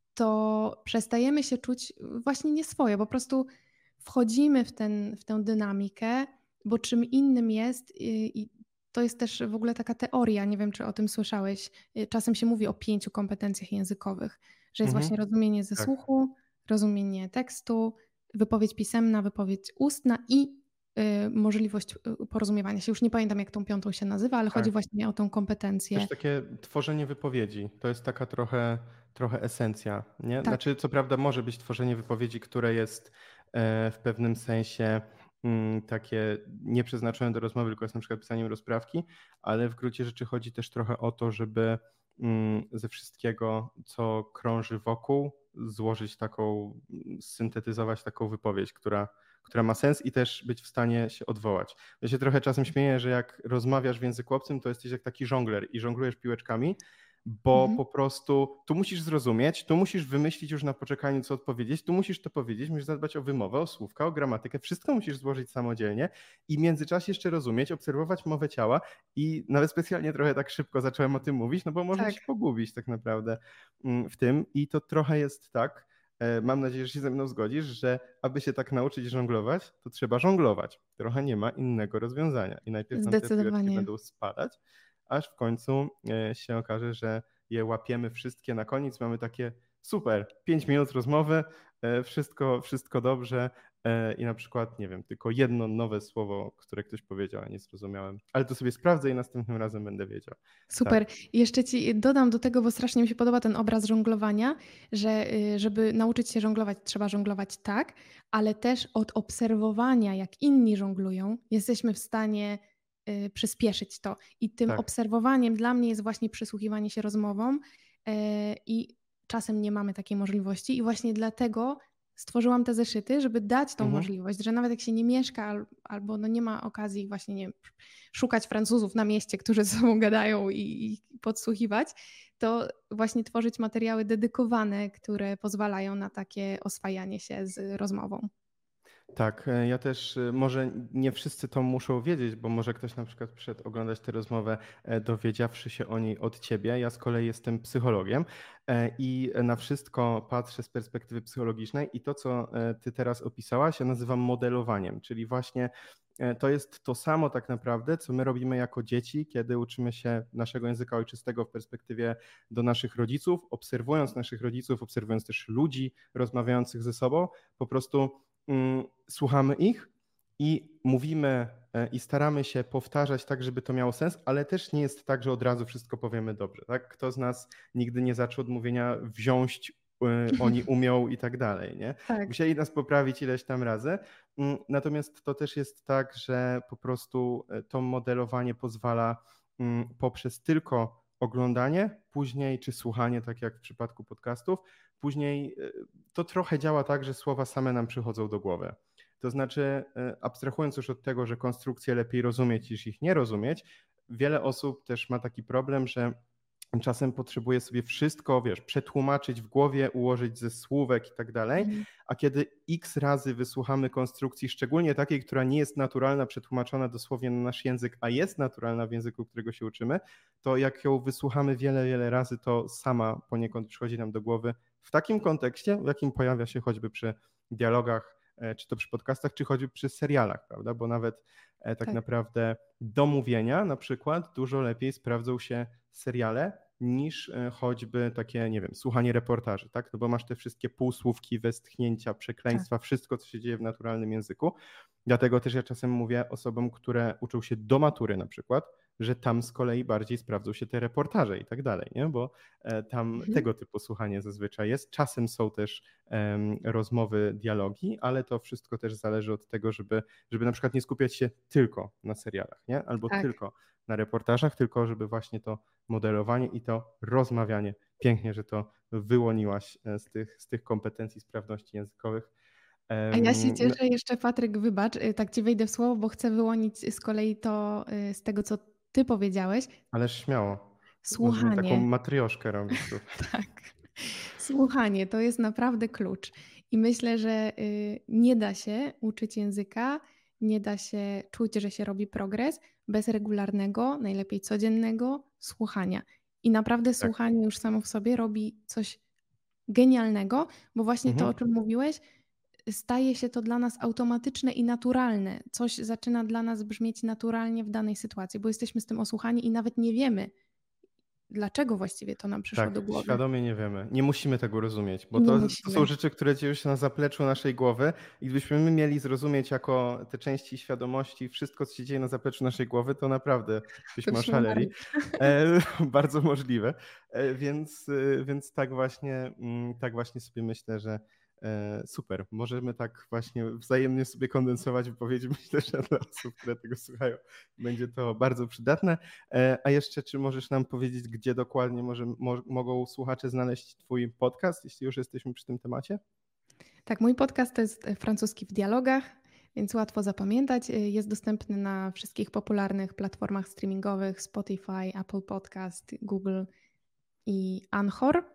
to przestajemy się czuć właśnie nieswoje. Po prostu wchodzimy w, ten, w tę dynamikę, bo czym innym jest i, i to jest też w ogóle taka teoria, nie wiem, czy o tym słyszałeś. Czasem się mówi o pięciu kompetencjach językowych, że jest Mhm. właśnie rozumienie ze Tak. słuchu, rozumienie tekstu, wypowiedź pisemna, wypowiedź ustna i y, możliwość y, porozumiewania się. Już nie pamiętam, jak tą piątą się nazywa, ale Tak. chodzi właśnie o tą kompetencję. Też takie tworzenie wypowiedzi, to jest taka trochę, trochę esencja, nie? Tak. Znaczy, co prawda może być tworzenie wypowiedzi, które jest e, w pewnym sensie mm, takie nieprzeznaczone do rozmowy, tylko jest na przykład pisaniem rozprawki, ale w gruncie rzeczy chodzi też trochę o to, żeby mm, ze wszystkiego, co krąży wokół, złożyć taką, syntetyzować taką wypowiedź, która, która ma sens i też być w stanie się odwołać. Ja się trochę czasem śmieję, że jak rozmawiasz w języku obcym, to jesteś jak taki żongler i żonglujesz piłeczkami, bo Mhm. po prostu tu musisz zrozumieć, tu musisz wymyślić już na poczekaniu, co odpowiedzieć, tu musisz to powiedzieć, musisz zadbać o wymowę, o słówka, o gramatykę, wszystko musisz złożyć samodzielnie i w międzyczasie jeszcze rozumieć, obserwować mowę ciała i nawet specjalnie trochę tak szybko zacząłem o tym mówić, no bo można Tak. się pogubić tak naprawdę w tym i to trochę jest tak, mam nadzieję, że się ze mną zgodzisz, że aby się tak nauczyć żonglować, to trzeba żonglować. Trochę nie ma innego rozwiązania. I najpierw nam te piłeczki Zdecydowanie. będą spadać, aż w końcu się okaże, że je łapiemy wszystkie na koniec. Mamy takie super, pięć minut rozmowy, wszystko, wszystko dobrze i na przykład, nie wiem, tylko jedno nowe słowo, które ktoś powiedział, a nie zrozumiałem. Ale to sobie sprawdzę i następnym razem będę wiedział. Super. Tak. I jeszcze ci dodam do tego, bo strasznie mi się podoba ten obraz żonglowania, że y, żeby nauczyć się żonglować, trzeba żonglować tak, ale też od obserwowania, jak inni żonglują, jesteśmy w stanie y, przyspieszyć to. I tym Tak. obserwowaniem dla mnie jest właśnie przysłuchiwanie się rozmowom y, i czasem nie mamy takiej możliwości i właśnie dlatego stworzyłam te zeszyty, żeby dać tą Mhm. możliwość, że nawet jak się nie mieszka al- albo no nie ma okazji właśnie, nie wiem, szukać Francuzów na mieście, którzy ze sobą gadają i, i podsłuchiwać, to właśnie tworzyć materiały dedykowane, które pozwalają na takie oswajanie się z rozmową. Tak, ja też, może nie wszyscy to muszą wiedzieć, bo może ktoś na przykład przyszedł oglądać tę rozmowę, dowiedziawszy się o niej od ciebie. Ja z kolei jestem psychologiem i na wszystko patrzę z perspektywy psychologicznej i to, co ty teraz opisałaś, ja nazywam modelowaniem, czyli właśnie to jest to samo tak naprawdę, co my robimy jako dzieci, kiedy uczymy się naszego języka ojczystego w perspektywie do naszych rodziców, obserwując naszych rodziców, obserwując też ludzi rozmawiających ze sobą, po prostu słuchamy ich i mówimy i staramy się powtarzać tak, żeby to miało sens, ale też nie jest tak, że od razu wszystko powiemy dobrze. Tak? Kto z nas nigdy nie zaczął od mówienia wziąć, oni umią i tak dalej. Nie? Tak. Musieli nas poprawić ileś tam razy. Natomiast to też jest tak, że po prostu to modelowanie pozwala poprzez tylko oglądanie, później czy słuchanie, tak jak w przypadku podcastów, później to trochę działa tak, że słowa same nam przychodzą do głowy. To znaczy, abstrahując już od tego, że konstrukcje lepiej rozumieć niż ich nie rozumieć, wiele osób też ma taki problem, że czasem potrzebuje sobie wszystko, wiesz, przetłumaczyć w głowie, ułożyć ze słówek i tak dalej, Mhm. a kiedy x razy wysłuchamy konstrukcji, szczególnie takiej, która nie jest naturalna, przetłumaczona dosłownie na nasz język, a jest naturalna w języku, którego się uczymy, to jak ją wysłuchamy wiele, wiele razy, to sama poniekąd przychodzi nam do głowy w takim kontekście, w jakim pojawia się choćby przy dialogach, czy to przy podcastach, czy choćby przy serialach, prawda? Bo nawet tak, tak naprawdę do mówienia na przykład dużo lepiej sprawdzą się seriale niż choćby takie, nie wiem, słuchanie reportaży, tak? No bo masz te wszystkie półsłówki, westchnięcia, przekleństwa, tak. Wszystko, co się dzieje w naturalnym języku. Dlatego też ja czasem mówię osobom, które uczą się do matury na przykład, że tam z kolei bardziej sprawdzą się te reportaże i tak dalej, nie? Bo tam mhm. tego typu słuchanie zazwyczaj jest. Czasem są też um, rozmowy, dialogi, ale to wszystko też zależy od tego, żeby, żeby na przykład nie skupiać się tylko na serialach, nie? Albo tak. tylko na reportażach, tylko żeby właśnie to modelowanie i to rozmawianie, pięknie, że to wyłoniłaś z tych, z tych kompetencji, sprawności językowych. A ja się cieszę jeszcze, Patryk, wybacz, tak ci wejdę w słowo, bo chcę wyłonić z kolei to z tego, co ty powiedziałeś. Ależ śmiało. Słuchanie. Możemy taką matrioszkę robić tu. Tak. Słuchanie to jest naprawdę klucz. I myślę, że nie da się uczyć języka, nie da się czuć, że się robi progres bez regularnego, najlepiej codziennego słuchania. I naprawdę tak. słuchanie już samo w sobie robi coś genialnego, bo właśnie mhm. to, o czym mówiłeś, staje się to dla nas automatyczne i naturalne. Coś zaczyna dla nas brzmieć naturalnie w danej sytuacji, bo jesteśmy z tym osłuchani i nawet nie wiemy, dlaczego właściwie to nam przyszło tak, do głowy. Świadomie nie wiemy. Nie musimy tego rozumieć, bo to, to są rzeczy, które dzieją się na zapleczu naszej głowy i gdybyśmy my mieli zrozumieć jako te części świadomości wszystko, co się dzieje na zapleczu naszej głowy, to naprawdę byśmy oszaleli. E, bardzo możliwe. E, więc, więc tak właśnie, tak właśnie sobie myślę, że super. Możemy tak właśnie wzajemnie sobie kondensować wypowiedzi. Myślę, że dla osób, które tego słuchają, będzie to bardzo przydatne. A jeszcze, czy możesz nam powiedzieć, gdzie dokładnie może, mo- mogą słuchacze znaleźć twój podcast, jeśli już jesteśmy przy tym temacie? Tak, mój podcast to jest Francuski w dialogach, więc łatwo zapamiętać. Jest dostępny na wszystkich popularnych platformach streamingowych: Spotify, Apple Podcast, Google i Anchor.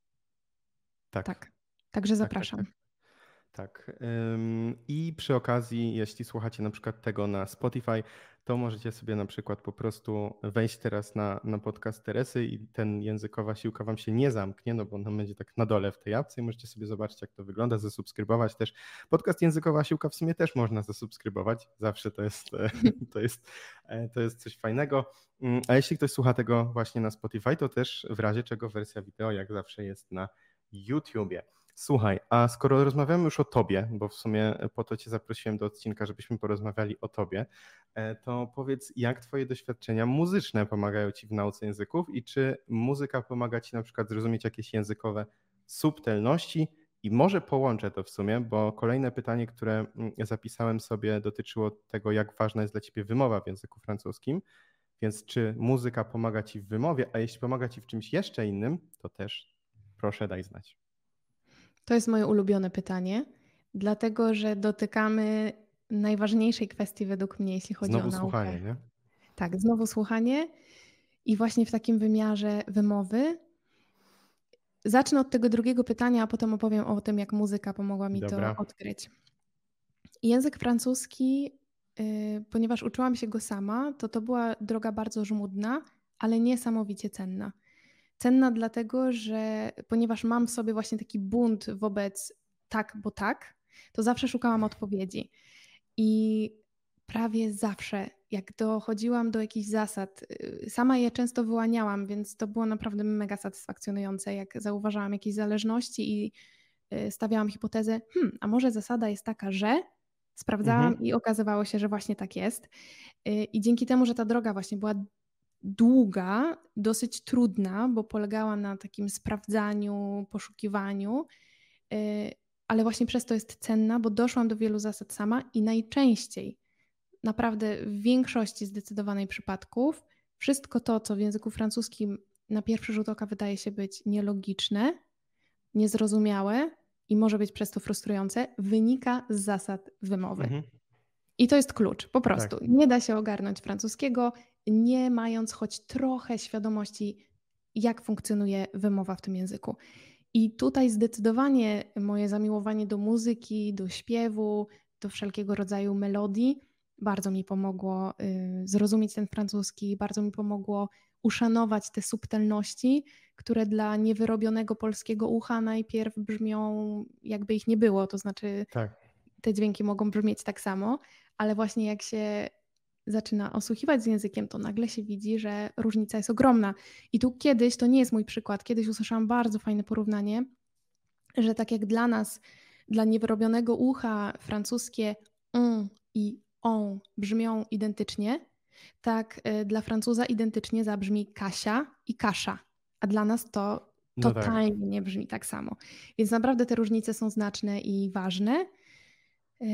Tak. tak. Także zapraszam. Tak, tak, tak. I przy okazji, jeśli słuchacie na przykład tego na Spotify, to możecie sobie na przykład po prostu wejść teraz na, na podcast Teresy i ten językowa siłka wam się nie zamknie, no bo on będzie tak na dole w tej apce i możecie sobie zobaczyć, jak to wygląda, zasubskrybować też. Podcast Językowa Siłka w sumie też można zasubskrybować, zawsze to jest, to jest, to jest coś fajnego. A jeśli ktoś słucha tego właśnie na Spotify, to też w razie czego wersja wideo jak zawsze jest na YouTubie. Słuchaj, a skoro rozmawiamy już o tobie, bo w sumie po to cię zaprosiłem do odcinka, żebyśmy porozmawiali o tobie, to powiedz, jak twoje doświadczenia muzyczne pomagają ci w nauce języków i czy muzyka pomaga ci na przykład zrozumieć jakieś językowe subtelności? I może połączę to w sumie, bo kolejne pytanie, które zapisałem sobie, dotyczyło tego, jak ważna jest dla ciebie wymowa w języku francuskim. Więc czy muzyka pomaga ci w wymowie, a jeśli pomaga ci w czymś jeszcze innym, to też proszę daj znać. To jest moje ulubione pytanie, dlatego że dotykamy najważniejszej kwestii według mnie, jeśli chodzi znowu o naukę. Słuchanie, nie? Tak, znowu słuchanie i właśnie w takim wymiarze wymowy. Zacznę od tego drugiego pytania, a potem opowiem o tym, jak muzyka pomogła mi Dobra. to odkryć. Język francuski, yy, ponieważ uczyłam się go sama, to to była droga bardzo żmudna, ale niesamowicie cenna. Cenna dlatego, że ponieważ mam w sobie właśnie taki bunt wobec tak, bo tak, to zawsze szukałam odpowiedzi. I prawie zawsze, jak dochodziłam do jakichś zasad, sama je często wyłaniałam, więc to było naprawdę mega satysfakcjonujące, jak zauważałam jakieś zależności i stawiałam hipotezę, hmm, a może zasada jest taka, że sprawdzałam mhm. i okazywało się, że właśnie tak jest. I dzięki temu, że ta droga właśnie była długa, dosyć trudna, bo polegała na takim sprawdzaniu, poszukiwaniu, ale właśnie przez to jest cenna, bo doszłam do wielu zasad sama i najczęściej, naprawdę w większości zdecydowanej przypadków, wszystko to, co w języku francuskim na pierwszy rzut oka wydaje się być nielogiczne, niezrozumiałe i może być przez to frustrujące, wynika z zasad wymowy. Mhm. I to jest klucz, po prostu. Tak. Nie da się ogarnąć francuskiego nie mając choć trochę świadomości, jak funkcjonuje wymowa w tym języku. I tutaj zdecydowanie moje zamiłowanie do muzyki, do śpiewu, do wszelkiego rodzaju melodii bardzo mi pomogło y, zrozumieć ten francuski, bardzo mi pomogło uszanować te subtelności, które dla niewyrobionego polskiego ucha najpierw brzmią, jakby ich nie było, to znaczy Tak. te dźwięki mogą brzmieć tak samo, ale właśnie jak się zaczyna osłuchiwać z językiem, to nagle się widzi, że różnica jest ogromna. I tu kiedyś, to nie jest mój przykład, kiedyś usłyszałam bardzo fajne porównanie, że tak jak dla nas, dla niewyrobionego ucha francuskie on i on brzmią identycznie, tak y, dla Francuza identycznie zabrzmi Kasia i Kasza, a dla nas to No tak. totalnie nie brzmi tak samo. Więc naprawdę te różnice są znaczne i ważne. Y,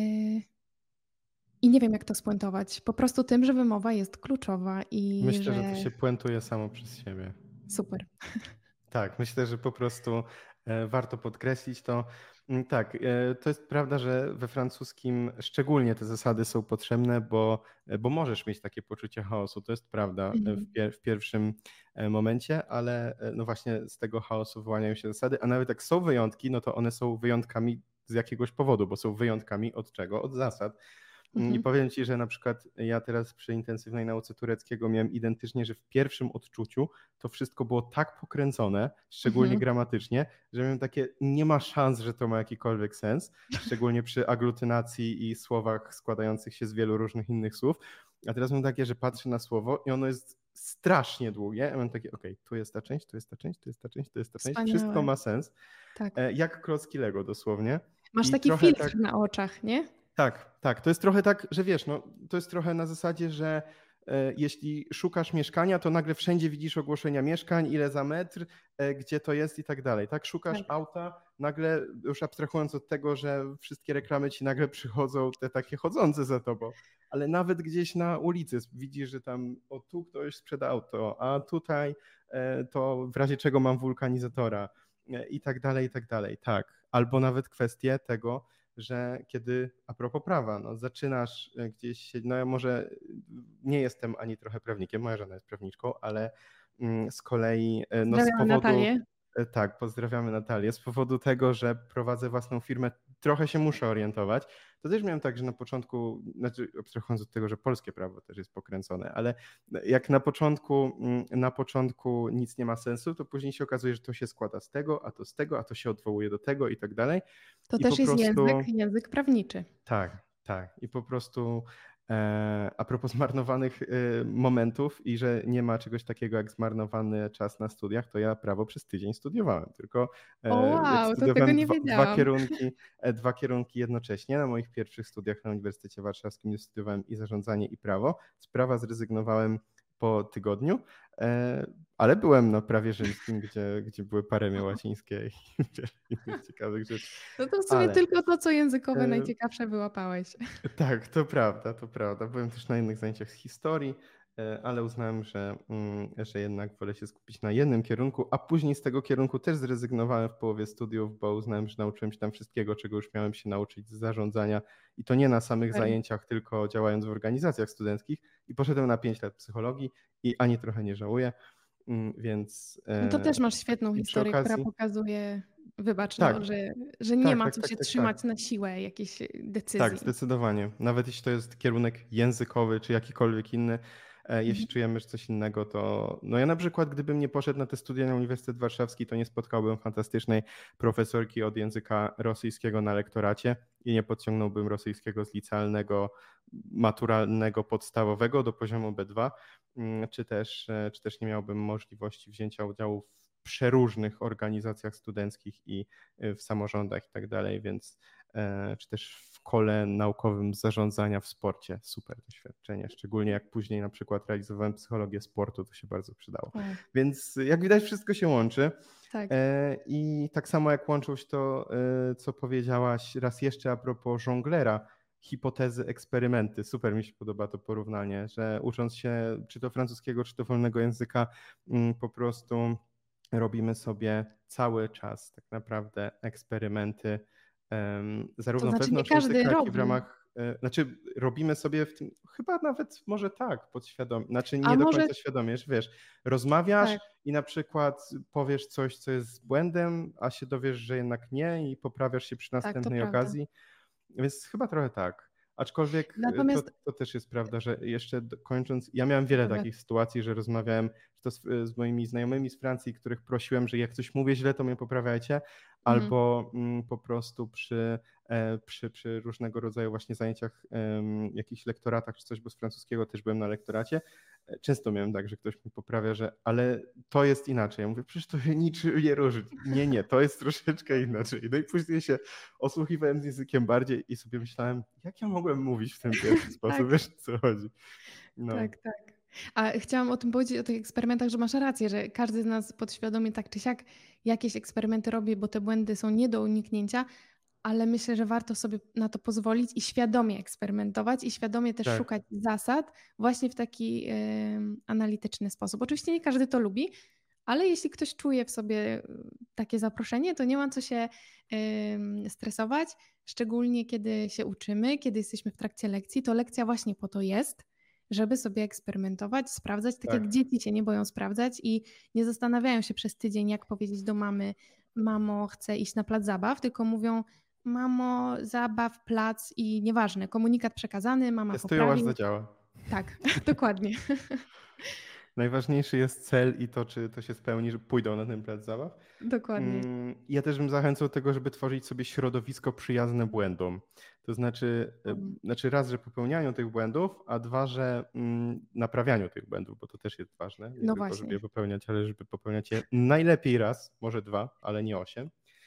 I nie wiem, jak to spuentować. Po prostu tym, że wymowa jest kluczowa i Myślę, że... że to się puentuje samo przez siebie. Super. Tak, myślę, że po prostu e, warto podkreślić to. Mm, Tak, e, to jest prawda, że we francuskim szczególnie te zasady są potrzebne, bo, e, bo możesz mieć takie poczucie chaosu. To jest prawda e, w, Mhm. pier, w pierwszym e, momencie, ale e, no właśnie z tego chaosu wyłaniają się zasady, a nawet jak są wyjątki, no to one są wyjątkami z jakiegoś powodu, bo są wyjątkami od czego? Od zasad. I Mhm. powiem Ci, że na przykład ja teraz przy intensywnej nauce tureckiego miałem identycznie, że w pierwszim odczuciu to wszystko było tak pokręcone, szczególnie Mhm. gramatycznie, że miałem takie, nie ma szans, że to ma jakikolwiek sens, szczególnie przy aglutynacji i słowach składających się z wielu różnych innych słów. A teraz mam takie, że patrzę na słowo i ono jest strasznie długie. Ja mam takie, okej, tu jest ta część, tu jest ta część, tu jest ta część, tu jest ta część. Wszystko Wspaniałe. ma sens. Tak. E, Jak klocki Lego dosłownie. Masz I taki trochę filtr tak- na oczach, nie? Tak, tak. To jest trochę tak, że wiesz, no, to jest trochę na zasadzie, że e, jeśli szukasz mieszkania, to nagle wszędzie widzisz ogłoszenia mieszkań, ile za metr, e, gdzie to jest i tak dalej. Tak, szukasz Tak. auta, nagle już abstrahując od tego, że wszystkie reklamy ci nagle przychodzą, te takie chodzące za tobą, ale nawet gdzieś na ulicy widzisz, że tam o tu ktoś sprzeda auto, a tutaj e, to w razie czego mam wulkanizatora e, i tak dalej, i tak dalej. Tak. Albo nawet kwestie tego, że kiedy, a propos prawa, no zaczynasz gdzieś się, no ja może nie jestem ani trochę prawnikiem, moja żona jest prawniczką, ale mm, z kolei no z Pozdrawiamy powodu... Natalię. Tak, pozdrawiamy Natalię. Z powodu tego, że prowadzę własną firmę, trochę się muszę orientować. To też miałem tak, że na początku, znaczy abstrahując od tego, że polskie prawo też jest pokręcone, ale jak na początku, na początku nic nie ma sensu, to później się okazuje, że to się składa z tego, a to z tego, a to się odwołuje do tego i tak dalej. To I też po jest prostu... język, język prawniczy. Tak, tak. I po prostu e, a propos zmarnowanych e, momentów i że nie ma czegoś takiego jak zmarnowany czas na studiach, to ja prawo przez tydzień studiowałem. Tylko e, O jak wow, to studiowałem tego nie dwa, dwa, wiedziałam. kierunki, e, dwa kierunki jednocześnie. Na moich pierwszych studiach na Uniwersytecie Warszawskim nie studiowałem i zarządzanie, i prawo. Z prawa zrezygnowałem po tygodniu, e, ale byłem na prawie rzymskim, gdzie, gdzie były paremie łacińskie i wiele innych ciekawych rzeczy. No to w sumie Ale- tylko to, co językowe E, najciekawsze wyłapałeś. Tak, to prawda, to prawda. Byłem też na innych zajęciach z historii, e, ale uznałem, że, mm, że jednak wolę się skupić na jednym kierunku, a później z tego kierunku też zrezygnowałem w połowie studiów, bo uznałem, że nauczyłem się tam wszystkiego, czego już miałem się nauczyć z zarządzania i to nie na samych Super. zajęciach, tylko działając w organizacjach studenckich i poszedłem na pięć lat psychologii i ani trochę nie żałuję, mm, więc... No to e, też masz świetną i przy historię, która okazji- pokazuje, wybacz, Tak. no, że, że nie Tak, ma tak, co tak, się tak, trzymać tak. na siłę jakiejś decyzji. Tak, zdecydowanie. Nawet jeśli to jest kierunek językowy czy jakikolwiek inny, e, jeśli Mhm. czujemy, że coś innego, to no ja na przykład gdybym nie poszedł na te studia na Uniwersytet Warszawski, to nie spotkałbym fantastycznej profesorki od języka rosyjskiego na lektoracie i nie podciągnąłbym rosyjskiego z licealnego, maturalnego, podstawowego do poziomu B dwa, mm, czy też, e, czy też nie miałbym możliwości wzięcia udziału w przeróżnych organizacjach studenckich i e, w samorządach i tak dalej, więc e, czy też w kole naukowym zarządzania w sporcie. Super doświadczenie, szczególnie jak później na przykład realizowałem psychologię sportu, to się bardzo przydało. O, Więc jak widać wszystko się łączy. tak. E, I tak samo jak łączył się to, e, co powiedziałaś raz jeszcze a propos żonglera, hipotezy, eksperymenty. Super mi się podoba to porównanie, że ucząc się czy to francuskiego, czy to wolnego języka, mm, po prostu robimy sobie cały czas tak naprawdę eksperymenty, em, zarówno To znaczy nie wewnątrz każdy języka, jak i robi. w ramach... znaczy robimy sobie w tym, chyba nawet może tak, podświadomie, znaczy nie A do może końca świadomie, że wiesz, rozmawiasz tak, i na przykład powiesz coś, co jest błędem, a się dowiesz, że jednak nie i poprawiasz się przy tak, to następnej prawda. okazji, więc chyba trochę tak. Aczkolwiek to, Natomiast to też jest prawda, że jeszcze do- kończąc, ja miałem wiele dobra, takich sytuacji, że rozmawiałem czy to z, z moimi znajomymi z Francji, których prosiłem, że jak coś mówię źle, to mnie poprawiajcie, mhm, albo mm, po prostu przy, e, przy, przy różnego rodzaju właśnie zajęciach, em, jakichś lektoratach czy coś, bo z francuskiego też byłem na lektoracie. E, Często miałem tak, że ktoś mi poprawia, że ale to jest inaczej. Ja mówię, przecież to się niczym nie różni. Nie, nie, to jest troszeczkę inaczej. No i później się osłuchiwałem z językiem bardziej i sobie myślałem, jak ja mogłem mówić w ten pierwszy sposób, tak, wiesz o co chodzi. No, tak, tak. A chciałam o tym powiedzieć, o tych eksperymentach, że masz rację, że każdy z nas podświadomie tak czy siak jakieś eksperymenty robi, bo te błędy są nie do uniknięcia, ale myślę, że warto sobie na to pozwolić i świadomie eksperymentować i świadomie też tak. szukać zasad właśnie w taki em, analityczny sposób. Oczywiście nie każdy to lubi, ale jeśli ktoś czuje w sobie y, takie zaproszenie, to nie ma co się em, stresować, szczególnie kiedy się uczymy, kiedy jesteśmy w trakcie lekcji. To lekcja właśnie po to jest, żeby sobie eksperymentować, sprawdzać, tak jak Tak. dzieci się nie boją sprawdzać i nie zastanawiają się przez tydzień, jak powiedzieć do mamy: mamo, chcę iść na plac zabaw, tylko mówią: mamo, zabaw, plac i nieważne, komunikat przekazany, mama Testują, aż poprawił. zadziała. Tak, dokładnie. Najważniejszy jest cel i to, czy to się spełni, że pójdą na ten plac zabaw. Dokładnie. Mm, Ja też bym zachęcał do tego, żeby tworzyć sobie środowisko przyjazne błędom. To znaczy, e, Um, znaczy raz, że popełnianiu tych błędów, a dwa, że mm, naprawianiu tych błędów, bo to też jest ważne. Nie No tylko, żeby właśnie, je popełniać, ale żeby popełniać je najlepiej raz, może dwa, ale nie osiem.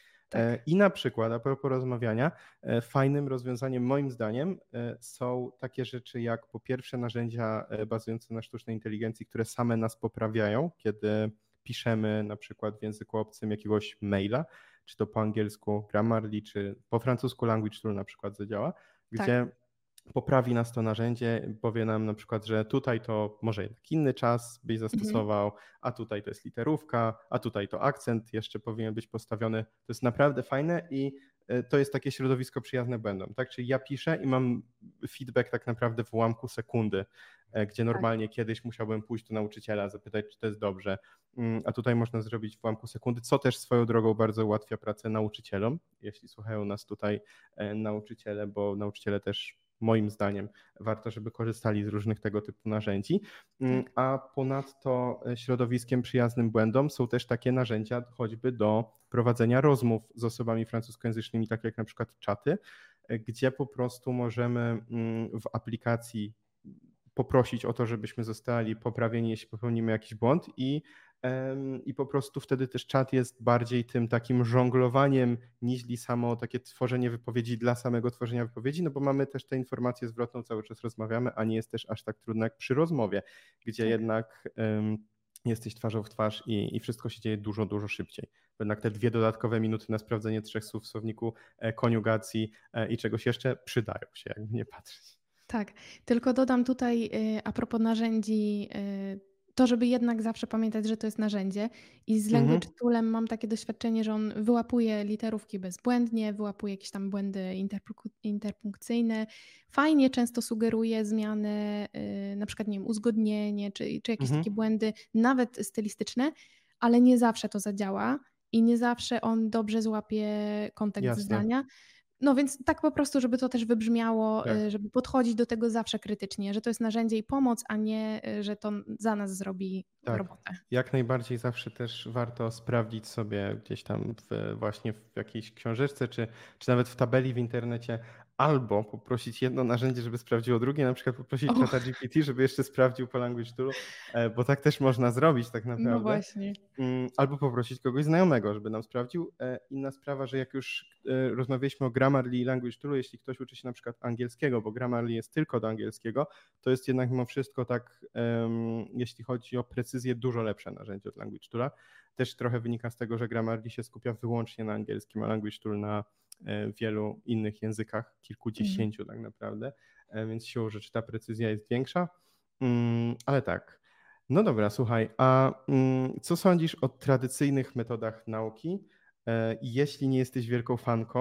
E, tak. I na przykład, a propos rozmawiania, e, fajnym rozwiązaniem moim zdaniem e, są takie rzeczy jak po pierwsze narzędzia e, bazujące na sztucznej inteligencji, które same nas poprawiają, kiedy piszemy na przykład w języku obcym jakiegoś maila, czy to po angielsku Grammarly, czy po francusku Language Tool na przykład zadziała, Tak. gdzie poprawi nas to narzędzie, powie nam na przykład, że tutaj to może jednak inny czas byś Mhm. zastosował, a tutaj to jest literówka, a tutaj to akcent jeszcze powinien być postawiony. To jest naprawdę fajne i e, to jest takie środowisko przyjazne błędom, tak? Czyli ja piszę i mam feedback tak naprawdę w ułamku sekundy, e, gdzie Tak. normalnie kiedyś musiałbym pójść do nauczyciela, zapytać, czy to jest dobrze, Mm, a tutaj można zrobić w ułamku sekundy, co też swoją drogą bardzo ułatwia pracę nauczycielom, jeśli słuchają nas tutaj e, nauczyciele, bo nauczyciele też moim zdaniem warto, żeby korzystali z różnych tego typu narzędzi. Mm, Tak. A ponadto e, środowiskiem przyjaznym błędom są też takie narzędzia choćby do prowadzenia rozmów z osobami francuskojęzycznymi, tak jak na przykład czaty, e, gdzie po prostu możemy mm, w aplikacji poprosić o to, żebyśmy zostali poprawieni, jeśli popełnimy jakiś błąd i em, i po prostu wtedy też czat jest bardziej tym takim żonglowaniem niźli samo takie tworzenie wypowiedzi dla samego tworzenia wypowiedzi, no bo mamy też tę informację zwrotną, cały czas rozmawiamy, a nie jest też aż tak trudno jak przy rozmowie, gdzie Tak. jednak em, jesteś twarzą w twarz i, i wszystko się dzieje dużo, dużo szybciej. Bo jednak te dwie dodatkowe minuty na sprawdzenie trzech słów w słowniku, e, koniugacji e, i czegoś jeszcze przydają się, jakby nie patrzeć. Tak, tylko dodam tutaj y, a propos narzędzi, y, to żeby jednak zawsze pamiętać, że to jest narzędzie i z Mhm, Language Toolem mam takie doświadczenie, że on wyłapuje literówki bezbłędnie, wyłapuje jakieś tam błędy interpru- interpunkcyjne, fajnie często sugeruje zmiany, y, na przykład nie wiem, uzgodnienie czy, czy jakieś mhm, takie błędy, nawet stylistyczne, ale nie zawsze to zadziała i nie zawsze on dobrze złapie kontekst jasne, zdania. No więc tak po prostu, żeby to też wybrzmiało, tak. y, żeby podchodzić do tego zawsze krytycznie, że to jest narzędzie i pomoc, a nie, y, że to za nas zrobi Tak, robotę. jak najbardziej zawsze też warto sprawdzić sobie gdzieś tam w, właśnie w jakiejś książeczce, czy, czy nawet w tabeli w internecie, albo poprosić jedno narzędzie, żeby sprawdziło drugie, na przykład poprosić O, ChatGPT, żeby jeszcze sprawdził po Language Toolu, e, bo tak też można zrobić tak no naprawdę. właśnie. Mm, Albo poprosić kogoś znajomego, żeby nam sprawdził. E, Inna sprawa, że jak już e, rozmawialiśmy o Grammarly i Language Toolu, jeśli ktoś uczy się na przykład angielskiego, bo Grammarly jest tylko do angielskiego, to jest jednak mimo wszystko tak, em, jeśli chodzi o precyzję, dużo lepsze narzędzie od Language Toola. Też trochę wynika z tego, że Grammarly się skupia wyłącznie na angielskim, a Language Tool na e, wielu innych językach, kilkudziesięciu tak naprawdę, e, więc siłą rzeczy ta precyzja jest większa. Mm, Ale tak. No dobra, słuchaj, a mm, co sądzisz o tradycyjnych metodach nauki? E, Jeśli nie jesteś wielką fanką,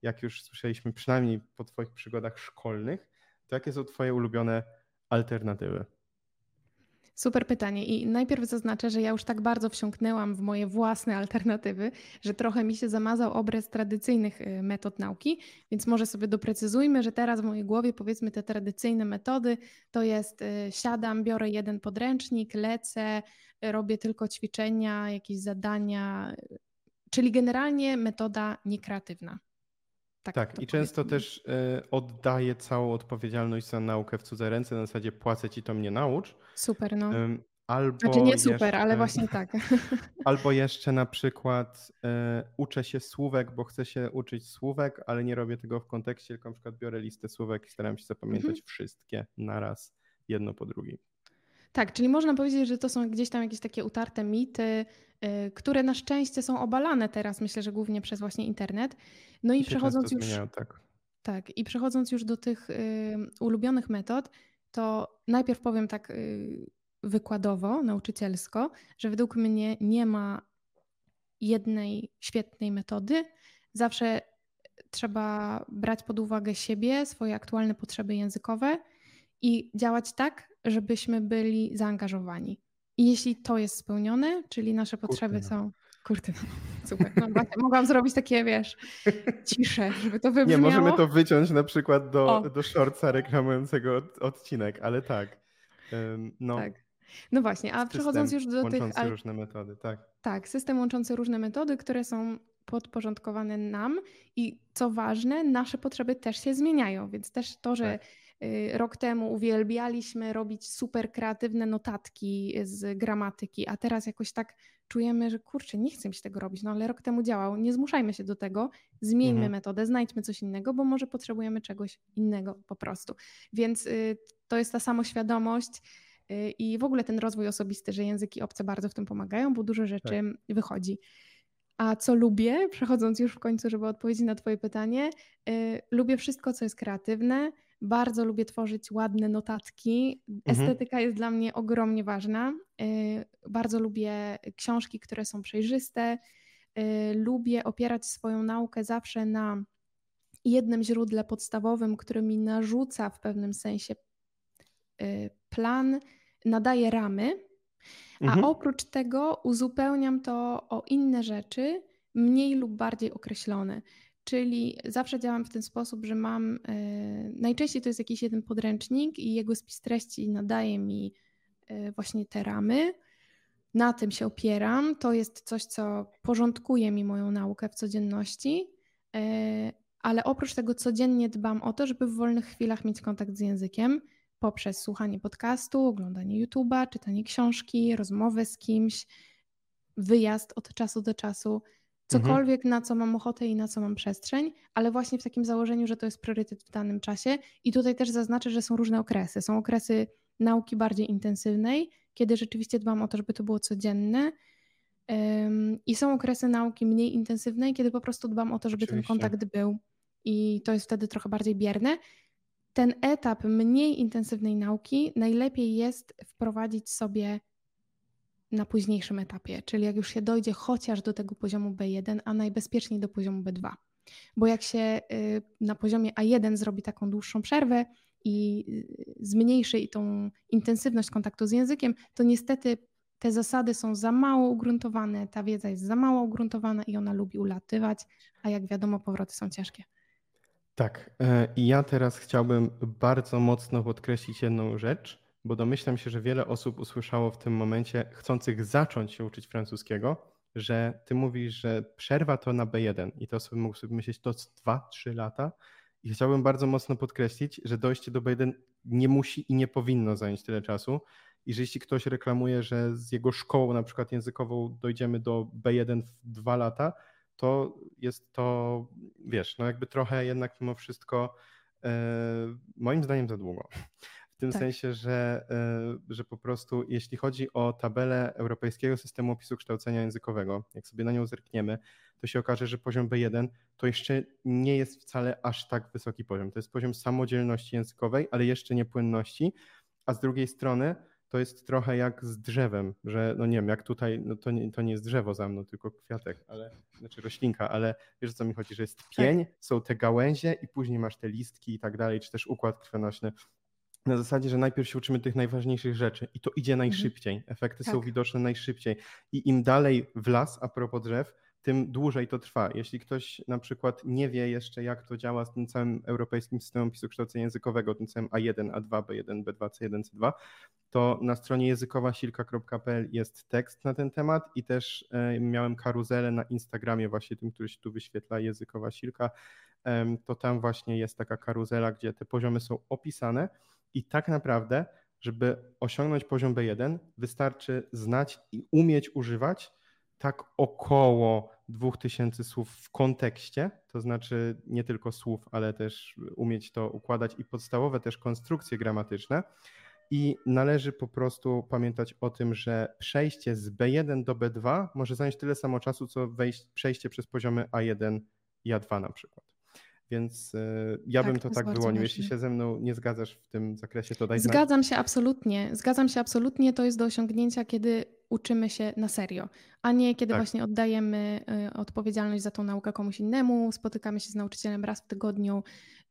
jak już słyszeliśmy, przynajmniej po twoich przygodach szkolnych, to jakie są twoje ulubione alternatywy? Super pytanie i najpierw zaznaczę, że ja już tak bardzo wsiąknęłam w moje własne alternatywy, że trochę mi się zamazał obraz tradycyjnych y, metod nauki, więc może sobie doprecyzujmy, że teraz w mojej głowie powiedzmy te tradycyjne metody to jest y, siadam, biorę jeden podręcznik, lecę, y, robię tylko ćwiczenia, jakieś zadania, y, czyli generalnie metoda niekreatywna. Tak, tak i często też y, oddaję całą odpowiedzialność za naukę w cudze ręce, na zasadzie płacę ci, to mnie naucz. Super, no. Ym, albo Znaczy nie super, jeszcze, ale właśnie tak. Albo jeszcze na przykład y, uczę się słówek, bo chcę się uczyć słówek, ale nie robię tego w kontekście, tylko na przykład biorę listę słówek i staram się zapamiętać mhm. wszystkie naraz, jedno po drugim. Tak, czyli można powiedzieć, że to są gdzieś tam jakieś takie utarte mity, y, które na szczęście są obalane teraz, myślę, że głównie przez właśnie internet. No i, I przechodząc już zmieniają, tak. Tak, i przechodząc już do tych y, ulubionych metod, to najpierw powiem tak y, wykładowo, nauczycielsko, że według mnie nie ma jednej świetnej metody. Zawsze trzeba brać pod uwagę siebie, swoje aktualne potrzeby językowe i działać tak, żebyśmy byli zaangażowani. I jeśli to jest spełnione, czyli nasze potrzeby Kurde, no. są... Kurde, no, super. No, właśnie, mogłam zrobić takie, wiesz, cisze, żeby to wybrzmiało. Nie, możemy to wyciąć na przykład do, do shortsa reklamującego od, odcinek, ale tak. Um, no. Tak. No właśnie, a przechodząc już do tych... łączący różne metody, tak. Tak, system łączący różne metody, które są podporządkowane nam i co ważne, nasze potrzeby też się zmieniają, więc też to, że tak. Rok temu uwielbialiśmy robić super kreatywne notatki z gramatyki, a teraz jakoś tak czujemy, że kurczę, nie chcę mi się tego robić, no ale rok temu działał, nie zmuszajmy się do tego, zmieńmy mhm. metodę, znajdźmy coś innego, bo może potrzebujemy czegoś innego po prostu. Więc y, to jest ta samoświadomość y, i w ogóle ten rozwój osobisty, że języki obce bardzo w tym pomagają, bo dużo rzeczy tak. wychodzi. A co lubię, przechodząc już w końcu, żeby odpowiedzieć na twoje pytanie, y, lubię wszystko, co jest kreatywne, bardzo lubię tworzyć ładne notatki. Estetyka mhm. jest dla mnie ogromnie ważna. Y, bardzo lubię książki, które są przejrzyste. Y, lubię opierać swoją naukę zawsze na jednym źródle podstawowym, który mi narzuca w pewnym sensie y, plan, nadaje ramy. A oprócz tego uzupełniam to o inne rzeczy, mniej lub bardziej określone. Czyli zawsze działam w ten sposób, że mam, yy, najczęściej to jest jakiś jeden podręcznik i jego spis treści nadaje mi yy, właśnie te ramy. Na tym się opieram. To jest coś, co porządkuje mi moją naukę w codzienności, yy, ale oprócz tego codziennie dbam o to, żeby w wolnych chwilach mieć kontakt z językiem, poprzez słuchanie podcastu, oglądanie YouTube'a, czytanie książki, rozmowę z kimś, wyjazd od czasu do czasu, cokolwiek, mhm. na co mam ochotę i na co mam przestrzeń, ale właśnie w takim założeniu, że to jest priorytet w danym czasie. I tutaj też zaznaczę, że są różne okresy. Są okresy nauki bardziej intensywnej, kiedy rzeczywiście dbam o to, żeby to było codzienne, um, i są okresy nauki mniej intensywnej, kiedy po prostu dbam o to, żeby Oczywiście. ten kontakt był i to jest wtedy trochę bardziej bierne. Ten etap mniej intensywnej nauki najlepiej jest wprowadzić sobie na późniejszym etapie, czyli jak już się dojdzie chociaż do tego poziomu B jeden, a najbezpieczniej do poziomu B dwa. Bo jak się na poziomie A jeden zrobi taką dłuższą przerwę i zmniejszy i tą intensywność kontaktu z językiem, to niestety te zasady są za mało ugruntowane, ta wiedza jest za mało ugruntowana i ona lubi ulatywać, a jak wiadomo, powroty są ciężkie. Tak, i ja teraz chciałbym bardzo mocno podkreślić jedną rzecz, bo domyślam się, że wiele osób usłyszało w tym momencie, chcących zacząć się uczyć francuskiego, że ty mówisz, że przerwa to na B jeden i te osoby mogą sobie myśleć, to dwa trzy lata. I chciałbym bardzo mocno podkreślić, że dojście do B jeden nie musi i nie powinno zająć tyle czasu. I że jeśli ktoś reklamuje, że z jego szkołą na przykład językową dojdziemy do B jeden w dwa lata, to jest to, wiesz, no jakby trochę jednak mimo wszystko e, moim zdaniem za długo. W tym tak. sensie, że, e, że po prostu jeśli chodzi o tabelę Europejskiego Systemu Opisu Kształcenia Językowego, jak sobie na nią zerkniemy, to się okaże, że poziom B jeden to jeszcze nie jest wcale aż tak wysoki poziom. To jest poziom samodzielności językowej, ale jeszcze nie płynności, a z drugiej strony to jest trochę jak z drzewem, że no nie wiem, jak tutaj, no to nie, to nie jest drzewo za mną, tylko kwiatek, ale, znaczy roślinka, ale wiesz o co mi chodzi, że jest pień, Tak. są te gałęzie i później masz te listki i tak dalej, czy też układ krwionośny. Na zasadzie, że najpierw się uczymy tych najważniejszych rzeczy i to idzie najszybciej, efekty są Tak. widoczne najszybciej i im dalej w las, a propos drzew, tym dłużej to trwa. Jeśli ktoś na przykład nie wie jeszcze, jak to działa z tym całym europejskim systemem opisu kształcenia językowego, tym całym A jeden, A dwa, B jeden, B dwa, C jeden, C dwa, to na stronie językowasilka kropka p l jest tekst na ten temat i też e, miałem karuzelę na Instagramie właśnie tym, który się tu wyświetla, Językowa Silka, e, to tam właśnie jest taka karuzela, gdzie te poziomy są opisane i tak naprawdę, żeby osiągnąć poziom B jeden, wystarczy znać i umieć używać tak około dwóch tysięcy słów w kontekście, to znaczy nie tylko słów, ale też umieć to układać i podstawowe też konstrukcje gramatyczne. I należy po prostu pamiętać o tym, że przejście z B jeden do B dwa może zająć tyle samo czasu, co wejść, przejście przez poziomy A jeden i A dwa na przykład. Więc y, ja Tak, bym to to jest tak bardzo wyłonił. ważne. Jeśli się ze mną nie zgadzasz w tym zakresie, to daj znać. Zgadzam się absolutnie. Zgadzam się absolutnie. To jest do osiągnięcia, kiedy uczymy się na serio, a nie kiedy Tak. właśnie oddajemy y, odpowiedzialność za tą naukę komuś innemu, spotykamy się z nauczycielem raz w tygodniu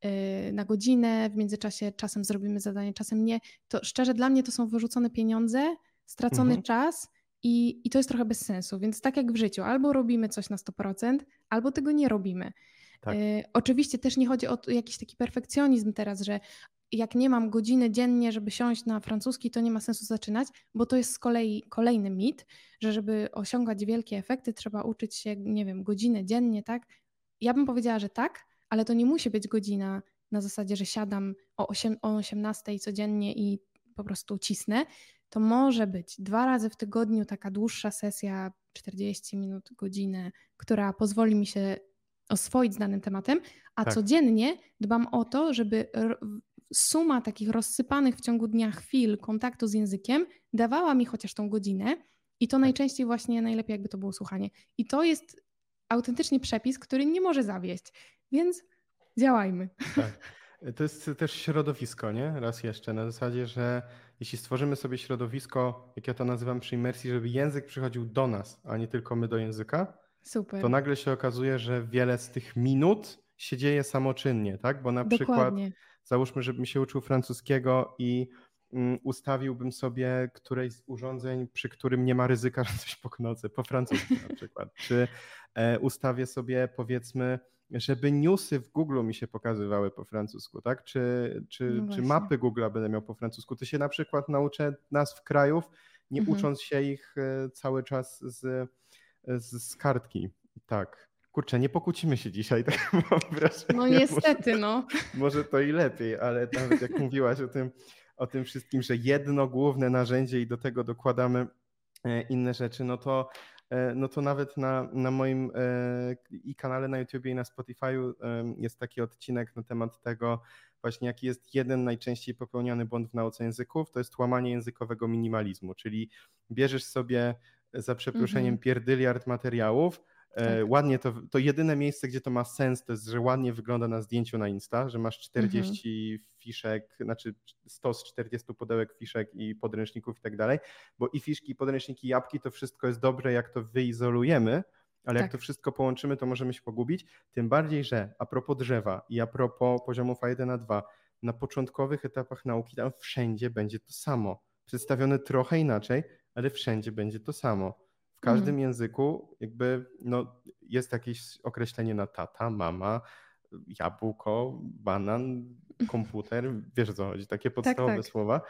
y, na godzinę, w międzyczasie czasem zrobimy zadanie, czasem nie. To szczerze dla mnie to są wyrzucone pieniądze, stracony Mhm. czas i, i to jest trochę bez sensu. Więc tak jak w życiu, albo robimy coś na sto procent, albo tego nie robimy. Tak. Y, oczywiście też nie chodzi o t- jakiś taki perfekcjonizm teraz, że jak nie mam godziny dziennie, żeby siąść na francuski, to nie ma sensu zaczynać, bo to jest z kolei kolejny mit, że żeby osiągać wielkie efekty, trzeba uczyć się, nie wiem, godzinę dziennie, tak? Ja bym powiedziała, że tak, ale to nie musi być godzina na zasadzie, że siadam o, osiem, o osiemnastej codziennie i po prostu cisnę. To może być dwa razy w tygodniu taka dłuższa sesja, czterdzieści minut, godzinę, która pozwoli mi się oswoić z danym tematem, a Tak. codziennie dbam o to, żeby r- suma takich rozsypanych w ciągu dnia chwil kontaktu z językiem dawała mi chociaż tą godzinę i to najczęściej właśnie najlepiej jakby to było słuchanie. I to jest autentycznie przepis, który nie może zawieść, więc działajmy. Tak. To jest też środowisko, nie? Raz jeszcze, na zasadzie, że jeśli stworzymy sobie środowisko, jak ja to nazywam przy imersji, żeby język przychodził do nas, a nie tylko my do języka, Super. to nagle się okazuje, że wiele z tych minut się dzieje samoczynnie, tak? Bo na przykład Dokładnie. załóżmy, żebym się uczył francuskiego i mm, ustawiłbym sobie któreś z urządzeń, przy którym nie ma ryzyka, że coś poknocę, po francusku na przykład. Czy e, ustawię sobie powiedzmy, żeby newsy w Google mi się pokazywały po francusku, tak? Czy, czy, No czy właśnie. mapy Google będę miał po francusku. To się na przykład nauczę nazw krajów, nie Mhm. ucząc się ich e, cały czas z, z, z kartki. Tak. Kurczę, nie pokłócimy się dzisiaj, tak mam wrażenie. No niestety, no. Może, może to i lepiej, ale nawet jak mówiłaś o tym, o tym wszystkim, że jedno główne narzędzie i do tego dokładamy e, inne rzeczy, no to, e, no to nawet na, na moim e, i kanale na YouTubie i na Spotify'u e, jest taki odcinek na temat tego właśnie, jaki jest jeden najczęściej popełniany błąd w nauce języków, to jest łamanie językowego minimalizmu, czyli bierzesz sobie za przeproszeniem Mhm. pierdyliard materiałów, e, Tak. ładnie to, to jedyne miejsce, gdzie to ma sens, to jest, że ładnie wygląda na zdjęciu na Insta, że masz czterdzieści fiszek, znaczy stos czterdziestu pudełek fiszek i podręczników i tak dalej, bo i fiszki, i podręczniki, i jabłki, to wszystko jest dobre, jak to wyizolujemy, ale jak Tak. to wszystko połączymy, to możemy się pogubić, tym bardziej, że a propos drzewa i a propos poziomów A jeden, A dwa, na początkowych etapach nauki tam wszędzie będzie to samo, przedstawione trochę inaczej, ale wszędzie będzie to samo. W każdym Mhm. języku jakby no, jest jakieś określenie na tata, mama, jabłko, banan, komputer, wiesz o co chodzi, takie podstawowe tak. słowa.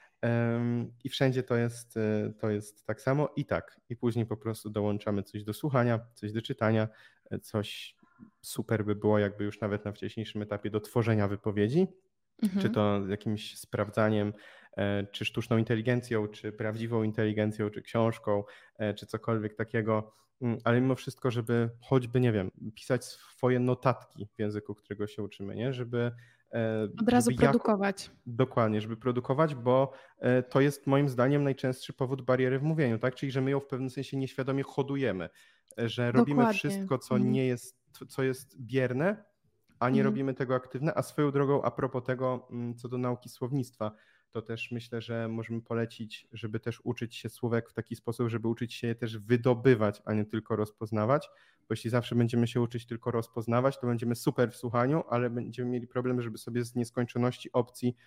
Em, I wszędzie to jest, e, to jest tak samo i tak. I później po prostu dołączamy coś do słuchania, coś do czytania, e, coś super by było jakby już nawet na wcześniejszym etapie do tworzenia wypowiedzi, czy Mhm. to jakimś sprawdzaniem, e, czy sztuczną inteligencją, czy prawdziwą inteligencją, czy książką, e, czy cokolwiek takiego, Mm, ale mimo wszystko, żeby choćby, nie wiem, pisać swoje notatki w języku, którego się uczymy, nie? Żeby, e, Od razu żeby jako, produkować. dokładnie, żeby produkować, bo e, to jest moim zdaniem najczęstszy powód bariery w mówieniu, tak? Czyli że my ją w pewnym sensie nieświadomie hodujemy, e, że robimy Dokładnie. wszystko, co Mhm. nie jest, co jest bierne, a nie Mhm. robimy tego aktywne, a swoją drogą a propos tego, mm, co do nauki słownictwa, to też myślę, że możemy polecić, żeby też uczyć się słówek w taki sposób, żeby uczyć się je też wydobywać, a nie tylko rozpoznawać, bo jeśli zawsze będziemy się uczyć tylko rozpoznawać, to będziemy super w słuchaniu, ale będziemy mieli problem, żeby sobie z nieskończoności opcji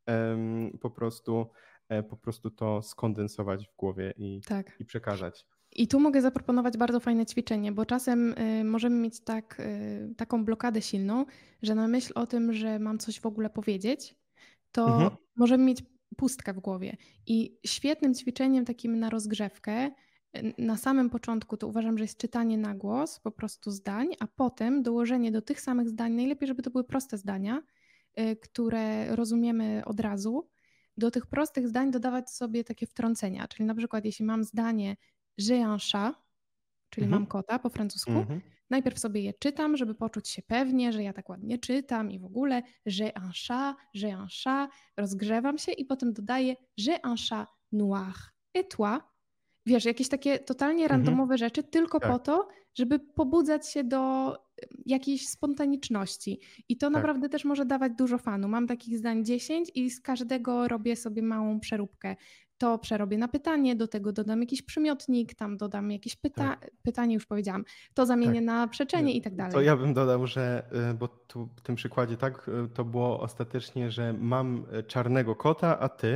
um, po prostu, po prostu to skondensować w głowie i, tak. i przekazać. I tu mogę zaproponować bardzo fajne ćwiczenie, bo czasem y, możemy mieć tak, y, taką blokadę silną, że na myśl o tym, że mam coś w ogóle powiedzieć, to Mhm. możemy mieć pustkę w głowie. I świetnym ćwiczeniem takim na rozgrzewkę, y, na samym początku to uważam, że jest czytanie na głos po prostu zdań, a potem dołożenie do tych samych zdań, najlepiej, żeby to były proste zdania, y, które rozumiemy od razu, do tych prostych zdań dodawać sobie takie wtrącenia, czyli na przykład jeśli mam zdanie j'ai un chat, czyli Mhm. mam kota po francusku. Mhm. Najpierw sobie je czytam, żeby poczuć się pewnie, że ja tak ładnie czytam i w ogóle j'ai un chat, j'ai un chat, rozgrzewam się i potem dodaję j'ai un chat noir et toi. Wiesz, jakieś takie totalnie Mhm. randomowe rzeczy tylko Tak. po to, żeby pobudzać się do jakiejś spontaniczności. I to Tak. naprawdę też może dawać dużo fanu. Mam takich zdań dziesięć i z każdego robię sobie małą przeróbkę. To przerobię na pytanie, do tego dodam jakiś przymiotnik, tam dodam jakieś pyta- pytanie, już powiedziałam, to zamienię Tak. na przeczenie i tak To dalej. ja bym dodał, że, y, bo tu w tym przykładzie tak, y, to było ostatecznie, że mam y, czarnego kota, a ty.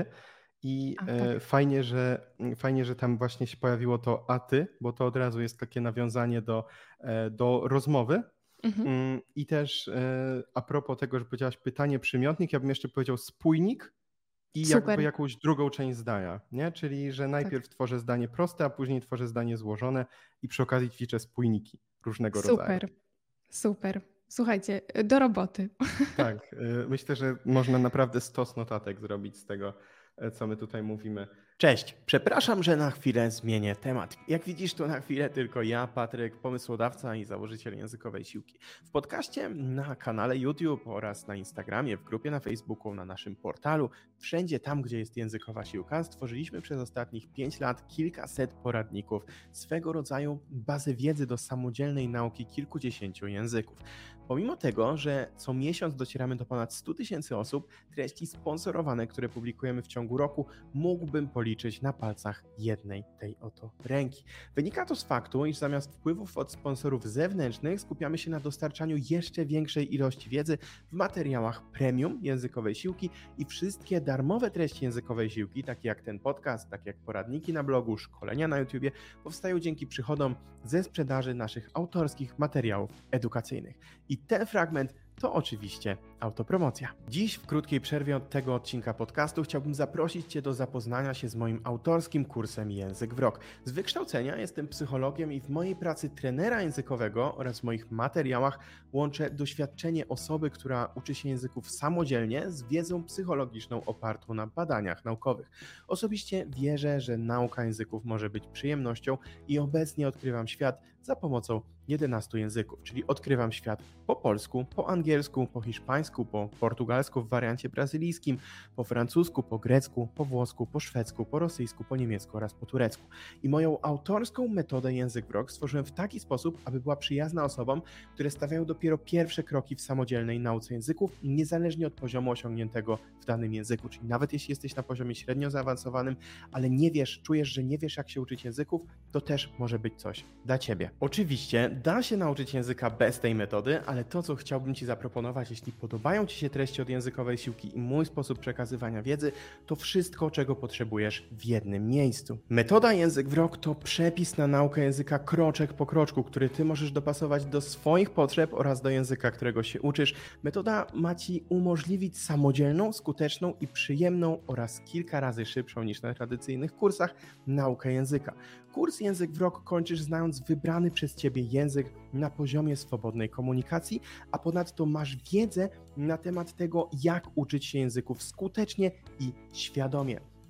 I A, y, tak. fajnie, że, fajnie, że tam właśnie się pojawiło to a ty, bo to od razu jest takie nawiązanie do, e, do rozmowy. Mhm. Mm, I też e, a propos tego, że powiedziałaś pytanie, przymiotnik, ja bym jeszcze powiedział spójnik i Super. jakby jakąś drugą część zdania, nie? Czyli, że najpierw Tak. tworzę zdanie proste, a później tworzę zdanie złożone i przy okazji ćwiczę spójniki różnego rodzaju. Super, super. Słuchajcie, do roboty. Tak, y, myślę, że można naprawdę stos notatek zrobić z tego, e, co my tutaj mówimy. Cześć, przepraszam, że na chwilę zmienię temat. Jak widzisz, to na chwilę tylko ja, Patryk, pomysłodawca i założyciel Językowej Siłki. W podcaście, na kanale YouTube oraz na Instagramie, w grupie na Facebooku, na naszym portalu, wszędzie tam, gdzie jest Językowa Siłka, stworzyliśmy przez ostatnich pięć lat kilkaset poradników, swego rodzaju bazę wiedzy do samodzielnej nauki kilkudziesięciu języków. Pomimo tego, że co miesiąc docieramy do ponad stu tysięcy osób, treści sponsorowane, które publikujemy w ciągu roku, mógłbym policzyć na palcach jednej tej oto ręki. Wynika to z faktu, iż zamiast wpływów od sponsorów zewnętrznych skupiamy się na dostarczaniu jeszcze większej ilości wiedzy w materiałach premium Językowej Siłki i wszystkie darmowe treści Językowej Siłki, takie jak ten podcast, takie jak poradniki na blogu, szkolenia na YouTubie, powstają dzięki przychodom ze sprzedaży naszych autorskich materiałów edukacyjnych. I ten fragment to oczywiście autopromocja. Dziś w krótkiej przerwie od tego odcinka podcastu chciałbym zaprosić Cię do zapoznania się z moim autorskim kursem Język w Rok. Z wykształcenia jestem psychologiem i w mojej pracy trenera językowego oraz w moich materiałach łączę doświadczenie osoby, która uczy się języków samodzielnie z wiedzą psychologiczną opartą na badaniach naukowych. Osobiście wierzę, że nauka języków może być przyjemnością i obecnie odkrywam świat za pomocą jedenastu języków, czyli odkrywam świat po polsku, po angielsku, po hiszpańsku, po portugalsku w wariancie brazylijskim, po francusku, po grecku, po włosku, po szwedzku, po rosyjsku, po niemiecku oraz po turecku. I moją autorską metodę Język w Rok stworzyłem w taki sposób, aby była przyjazna osobom, które stawiają dopiero pierwsze kroki w samodzielnej nauce języków, niezależnie od poziomu osiągniętego w danym języku. Czyli nawet jeśli jesteś na poziomie średnio zaawansowanym, ale nie wiesz, czujesz, że nie wiesz, jak się uczyć języków, to też może być coś dla Ciebie. Oczywiście da się nauczyć języka bez tej metody, ale to, co chciałbym Ci zaproponować, jeśli podobają Ci się treści od Językowej Siłki i mój sposób przekazywania wiedzy, to wszystko, czego potrzebujesz w jednym miejscu. Metoda Język w Rok to przepis na naukę języka kroczek po kroczku, który Ty możesz dopasować do swoich potrzeb oraz do języka, którego się uczysz. Metoda ma Ci umożliwić samodzielną, skuteczną i przyjemną oraz kilka razy szybszą niż na tradycyjnych kursach naukę języka. Kurs Język w Rok kończysz znając wybrany przez Ciebie język na poziomie swobodnej komunikacji, a ponadto masz wiedzę na temat tego, jak uczyć się języków skutecznie i świadomie.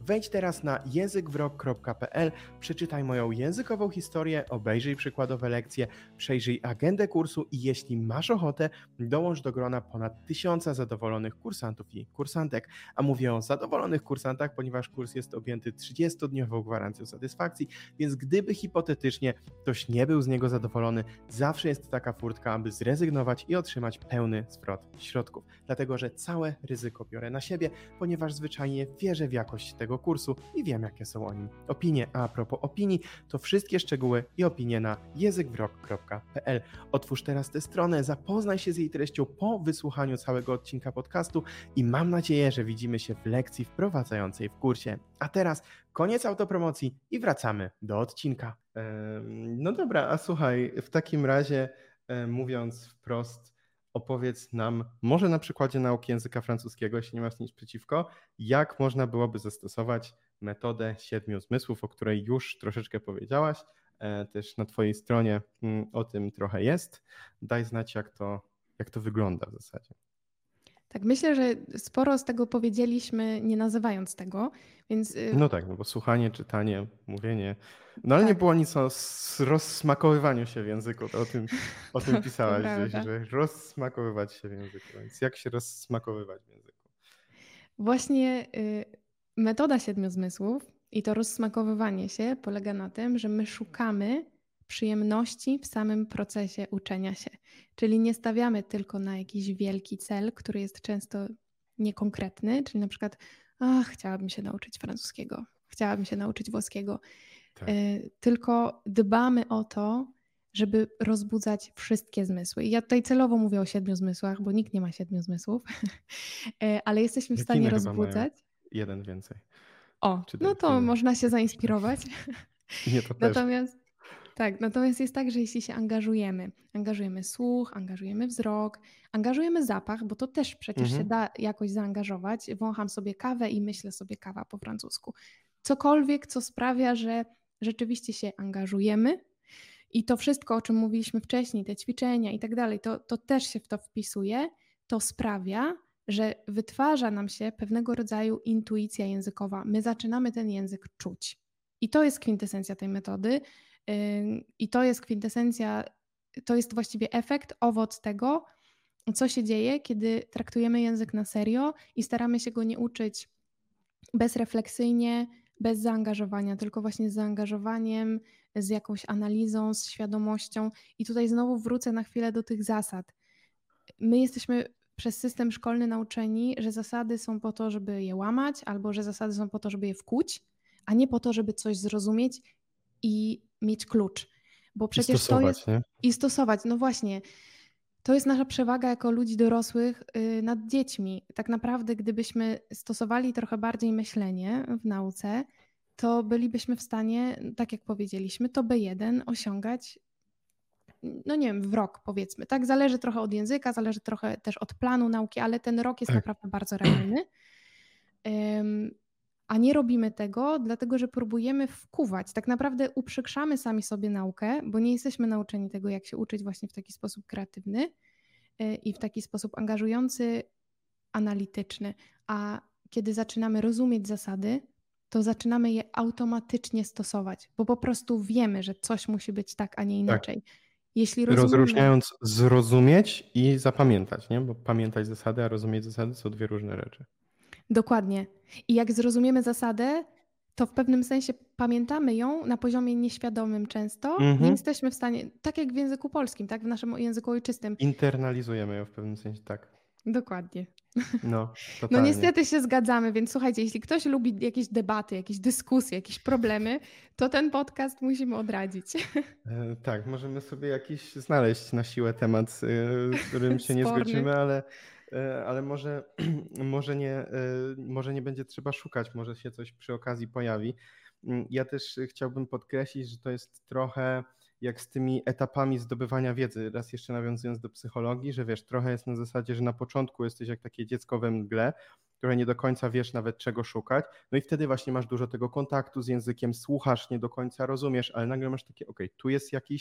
Wejdź teraz na język w rok kropka p l, przeczytaj moją językową historię, obejrzyj przykładowe lekcje, przejrzyj agendę kursu i jeśli masz ochotę, dołącz do grona ponad tysiąca zadowolonych kursantów i kursantek. A mówię o zadowolonych kursantach, ponieważ kurs jest objęty trzydziestodniową gwarancją satysfakcji, więc gdyby hipotetycznie ktoś nie był z niego zadowolony, zawsze jest taka furtka, aby zrezygnować i otrzymać pełny zwrot środków. Dlatego, że całe ryzyko biorę na siebie, ponieważ zwyczajnie wierzę w jakość tego kursu i wiem, jakie są o nim opinie. A a propos opinii, to wszystkie szczegóły i opinie na język w rok kropka p l. Otwórz teraz tę stronę, zapoznaj się z jej treścią po wysłuchaniu całego odcinka podcastu i mam nadzieję, że widzimy się w lekcji wprowadzającej w kursie. A teraz koniec autopromocji i wracamy do odcinka. No dobra, a słuchaj, w takim razie mówiąc wprost, opowiedz nam, może na przykładzie nauki języka francuskiego, jeśli nie masz nic przeciwko, jak można byłoby zastosować metodę siedmiu zmysłów, o której już troszeczkę powiedziałaś. Też na twojej stronie o tym trochę jest. Daj znać, jak to, jak to wygląda w zasadzie. Tak, myślę, że sporo z tego powiedzieliśmy, nie nazywając tego, więc... No tak, no bo słuchanie, czytanie, mówienie, no ale tak. Nie było nic o rozsmakowywaniu się w języku, to o tym, o tym pisałaś gdzieś, że rozsmakowywać się w języku, więc jak się rozsmakowywać w języku? Właśnie y, metoda siedmiu zmysłów i to rozsmakowywanie się polega na tym, że my szukamy przyjemności w samym procesie uczenia się. Czyli nie stawiamy tylko na jakiś wielki cel, który jest często niekonkretny, czyli na przykład ach, chciałabym się nauczyć francuskiego, chciałabym się nauczyć włoskiego. Tak. Y, tylko dbamy o to, żeby rozbudzać wszystkie zmysły. I ja tutaj celowo mówię o siedmiu zmysłach, bo nikt nie ma siedmiu zmysłów, ale jesteśmy w stanie rozbudzać. Jeden więcej. O, no to można się zainspirować. Nie, to też. Natomiast tak, natomiast jest tak, że jeśli się angażujemy, angażujemy słuch, angażujemy wzrok, angażujemy zapach, bo to też przecież mhm. się da jakoś zaangażować. Wącham sobie kawę i myślę sobie kawa po francusku. Cokolwiek, co sprawia, że rzeczywiście się angażujemy i to wszystko, o czym mówiliśmy wcześniej, te ćwiczenia i tak dalej, to, to też się w to wpisuje, to sprawia, że wytwarza nam się pewnego rodzaju intuicja językowa. My zaczynamy ten język czuć. I to jest kwintesencja tej metody. I to jest kwintesencja, to jest właściwie efekt, owoc tego, co się dzieje, kiedy traktujemy język na serio i staramy się go nie uczyć bezrefleksyjnie, bez zaangażowania, tylko właśnie z zaangażowaniem, z jakąś analizą, z świadomością. I tutaj znowu wrócę na chwilę do tych zasad. My jesteśmy przez system szkolny nauczeni, że zasady są po to, żeby je łamać, albo że zasady są po to, żeby je wkuć, a nie po to, żeby coś zrozumieć i mieć klucz. Bo przecież I stosować, to jest... nie? I stosować, no właśnie. To jest nasza przewaga jako ludzi dorosłych yy, nad dziećmi. Tak naprawdę, gdybyśmy stosowali trochę bardziej myślenie w nauce, to bylibyśmy w stanie, tak jak powiedzieliśmy, to B jeden osiągać, no nie wiem, w rok powiedzmy. Tak, zależy trochę od języka, zależy trochę też od planu nauki, ale ten rok jest tak. naprawdę bardzo realny. Um, A nie robimy tego, dlatego że próbujemy wkuwać. Tak naprawdę uprzykrzamy sami sobie naukę, bo nie jesteśmy nauczeni tego, jak się uczyć właśnie w taki sposób kreatywny i w taki sposób angażujący, analityczny. A kiedy zaczynamy rozumieć zasady, to zaczynamy je automatycznie stosować, bo po prostu wiemy, że coś musi być tak, a nie inaczej. Tak. Jeśli rozumiemy... Rozróżniając zrozumieć i zapamiętać, nie? Bo pamiętać zasady, a rozumieć zasady są dwie różne rzeczy. Dokładnie. I jak zrozumiemy zasadę, to w pewnym sensie pamiętamy ją na poziomie nieświadomym często. Mm-hmm. Nie jesteśmy w stanie, tak jak w języku polskim, tak w naszym języku ojczystym. Internalizujemy ją w pewnym sensie, tak. Dokładnie. No, no niestety się zgadzamy, więc słuchajcie, jeśli ktoś lubi jakieś debaty, jakieś dyskusje, jakieś problemy, to ten podcast musimy odradzić. E, tak, możemy sobie jakiś znaleźć na siłę temat, z którym się nie zgodzimy, ale... Ale może, może, nie, może nie będzie trzeba szukać, może się coś przy okazji pojawi. Ja też chciałbym podkreślić, że to jest trochę jak z tymi etapami zdobywania wiedzy, raz jeszcze nawiązując do psychologii, że wiesz, trochę jest na zasadzie, że na początku jesteś jak takie dziecko we mgle, które nie do końca wiesz nawet czego szukać, no i wtedy właśnie masz dużo tego kontaktu z językiem, słuchasz, nie do końca rozumiesz, ale nagle masz takie, okej, okay, tu jest jakiś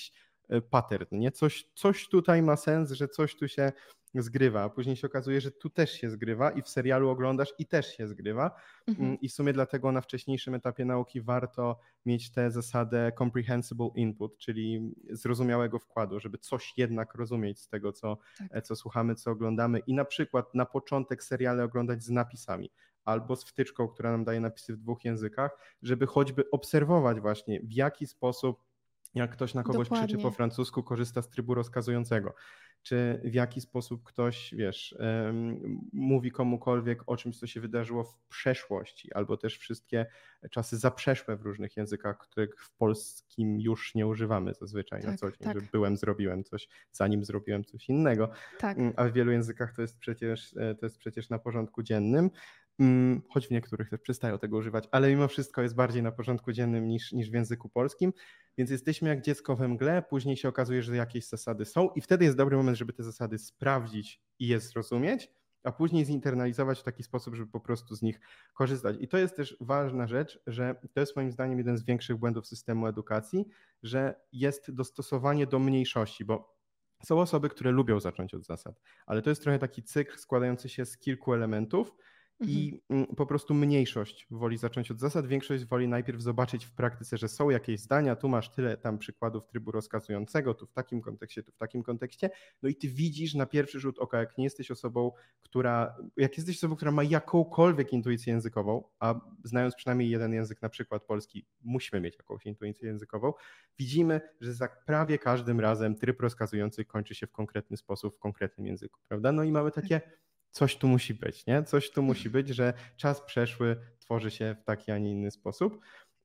pattern, nie? Coś, coś tutaj ma sens, że coś tu się zgrywa, a później się okazuje, że tu też się zgrywa i w serialu oglądasz i też się zgrywa. Mhm. I w sumie dlatego na wcześniejszym etapie nauki warto mieć tę zasadę comprehensible input, czyli zrozumiałego wkładu, żeby coś jednak rozumieć z tego, co, Tak. co słuchamy, co oglądamy i na przykład na początek seriale oglądać z napisami albo z wtyczką, która nam daje napisy w dwóch językach, żeby choćby obserwować właśnie, w jaki sposób, jak ktoś na kogoś krzyczy po Dokładnie. francusku, korzysta z trybu rozkazującego, czy w jaki sposób ktoś, wiesz, em, mówi komukolwiek o czymś, co się wydarzyło w przeszłości, albo też wszystkie czasy zaprzeszłe w różnych językach, których w polskim już nie używamy zazwyczaj na Tak, co dzień, tak, że byłem, zrobiłem coś, zanim zrobiłem coś innego, tak. Mm, a w wielu językach to jest przecież, e, to jest przecież na porządku dziennym. Mm, choć w niektórych też przestają tego używać, ale mimo wszystko jest bardziej na porządku dziennym niż, niż w języku polskim, więc jesteśmy jak dziecko we mgle, później się okazuje, że jakieś zasady są i wtedy jest dobry moment, żeby te zasady sprawdzić i je zrozumieć, a później zinternalizować w taki sposób, żeby po prostu z nich korzystać. I to jest też ważna rzecz, że to jest moim zdaniem jeden z większych błędów systemu edukacji, że jest dostosowanie do mniejszości, bo są osoby, które lubią zacząć od zasad, ale to jest trochę taki cykl składający się z kilku elementów, Mhm. i mm, po prostu mniejszość woli zacząć od zasad, większość woli najpierw zobaczyć w praktyce, że są jakieś zdania, tu masz tyle tam przykładów trybu rozkazującego, tu w takim kontekście, tu w takim kontekście, no i ty widzisz na pierwszy rzut oka, jak nie jesteś osobą, która, jak jesteś osobą, która ma jakąkolwiek intuicję językową, a znając przynajmniej jeden język, na przykład polski, musimy mieć jakąś intuicję językową, widzimy, że za prawie każdym razem tryb rozkazujący kończy się w konkretny sposób, w konkretnym języku, prawda? No i mamy takie coś tu musi być, nie? Coś tu musi być, że czas przeszły tworzy się w taki, a nie inny sposób.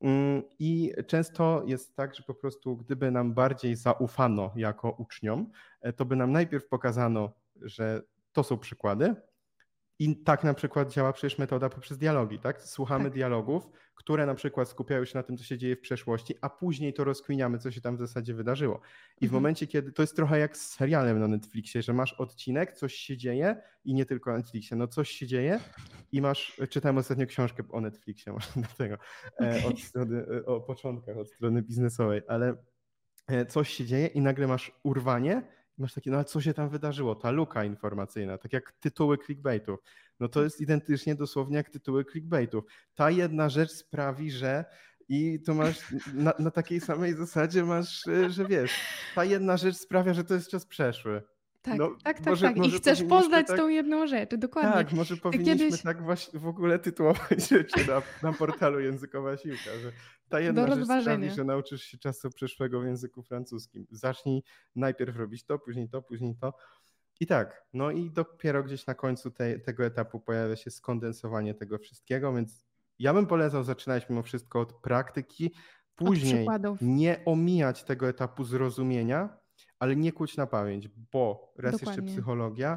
I często jest tak, że po prostu gdyby nam bardziej zaufano jako uczniom, to by nam najpierw pokazano, że to są przykłady. I tak na przykład działa przecież metoda poprzez dialogi, tak? Słuchamy Tak. dialogów, które na przykład skupiają się na tym, co się dzieje w przeszłości, a później to rozkminiamy, co się tam w zasadzie wydarzyło. I w Mhm. momencie, kiedy to jest trochę jak z serialem na Netflixie, że masz odcinek, coś się dzieje i nie tylko na Netflixie, no coś się dzieje i masz, czytałem ostatnio książkę o Netflixie, może do tego, Okej. od strony, o początkach, od strony biznesowej, ale coś się dzieje i nagle masz urwanie, masz takie, no ale co się tam wydarzyło? Ta luka informacyjna, tak jak tytuły clickbaitów. No to jest identycznie dosłownie jak tytuły clickbaitów. Ta jedna rzecz sprawi, że i tu masz na, na takiej samej zasadzie masz, że wiesz, ta jedna rzecz sprawia, że to jest czas przeszły. Tak, No, tak, tak, może, tak. I może chcesz powinniśmy poznać tak, tą jedną rzecz, dokładnie. tak, może Ty powinniśmy kiedyś tak właśnie w ogóle tytułować rzeczy na, na portalu Językowa Siłka, że ta do jedna rzecz sprawi, rozważenia. że nauczysz się czasu przeszłego w języku francuskim. Zacznij najpierw robić to, później to, później to. I tak, no i dopiero gdzieś na końcu te, tego etapu pojawia się skondensowanie tego wszystkiego, więc ja bym polecał zaczynać mimo wszystko od praktyki, Od później przykładów. nie omijać tego etapu zrozumienia, ale nie kłuć na pamięć, bo raz jeszcze Dokładnie. psychologia,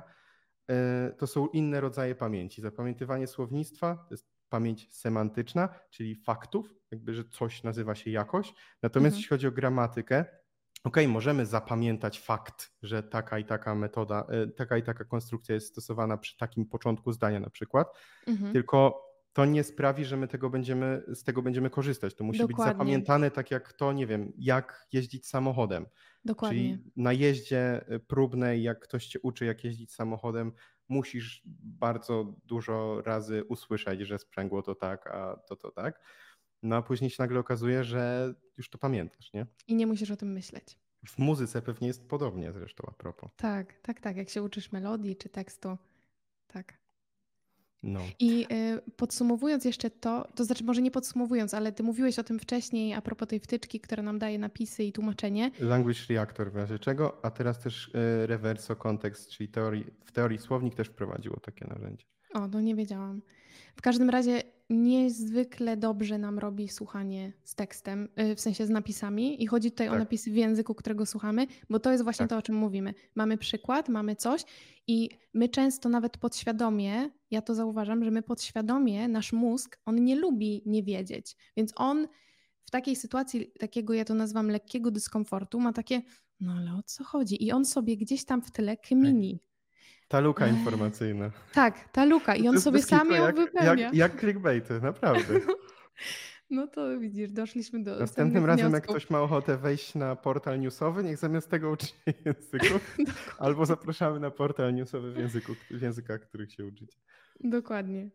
y, to są inne rodzaje pamięci. Zapamiętywanie słownictwa to jest pamięć semantyczna, czyli faktów, jakby, że coś nazywa się jakoś. Natomiast Mhm. jeśli chodzi o gramatykę, okej, możemy zapamiętać fakt, że taka i taka metoda, y, taka i taka konstrukcja jest stosowana przy takim początku zdania na przykład, Mhm. tylko to nie sprawi, że my tego będziemy, z tego będziemy korzystać. To musi być Dokładnie. zapamiętane tak jak to, nie wiem, jak jeździć samochodem. Dokładnie. Czyli na jeździe próbnej, jak ktoś cię uczy, jak jeździć samochodem, musisz bardzo dużo razy usłyszeć, że sprzęgło to tak, a to to tak. No a później się nagle okazuje, że już to pamiętasz, nie? I nie musisz o tym myśleć. W muzyce pewnie jest podobnie zresztą a propos. Tak, tak, tak. Jak się uczysz melodii czy tekstu, tak. No. I y, podsumowując jeszcze to, to znaczy może nie podsumowując, ale ty mówiłeś o tym wcześniej a propos tej wtyczki, która nam daje napisy i tłumaczenie. Language Reactor w razie czego, a teraz też y, Reverso Context, czyli teorii, w teorii słownik też wprowadziło takie narzędzie. O, no nie wiedziałam. W każdym razie niezwykle dobrze nam robi słuchanie z tekstem, y, w sensie z napisami i chodzi tutaj o Tak. napisy w języku, którego słuchamy, bo to jest właśnie Tak. to, o czym mówimy. Mamy przykład, mamy coś i my często nawet podświadomie, ja to zauważam, że my podświadomie, nasz mózg, on nie lubi nie wiedzieć, więc on w takiej sytuacji takiego, ja to nazywam lekkiego dyskomfortu, ma takie, no ale o co chodzi? I on sobie gdzieś tam w tyle kmini. Ta luka Eee. informacyjna. Tak, ta luka i To on jest sobie bez sam kitu ją jak, wypełnia. jak, jak clickbaity, naprawdę. No to widzisz, doszliśmy do Następnym cennych razem, jak wniosków. ktoś ma ochotę wejść na portal newsowy, niech zamiast tego uczy się języków, albo zapraszamy na portal newsowy w, języku, w językach, których się uczycie. Dokładnie.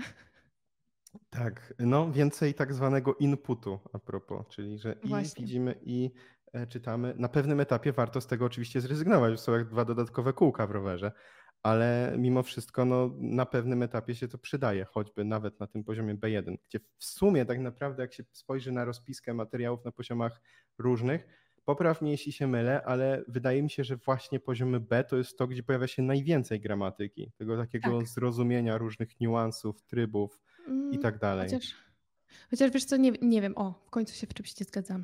Tak, no więcej tak zwanego inputu a propos, czyli że i Właśnie. widzimy i e, czytamy. Na pewnym etapie warto z tego oczywiście zrezygnować, są jak dwa dodatkowe kółka w rowerze, ale mimo wszystko no, na pewnym etapie się to przydaje, choćby nawet na tym poziomie B jeden, gdzie w sumie tak naprawdę jak się spojrzy na rozpiskę materiałów na poziomach różnych, popraw mnie jeśli się mylę, ale wydaje mi się, że właśnie poziomy B to jest to, gdzie pojawia się najwięcej gramatyki, tego takiego Tak. zrozumienia różnych niuansów, trybów i Mm, tak dalej. Chociaż, chociaż wiesz co, nie, nie wiem. O, w końcu się w czymś nie zgadzamy.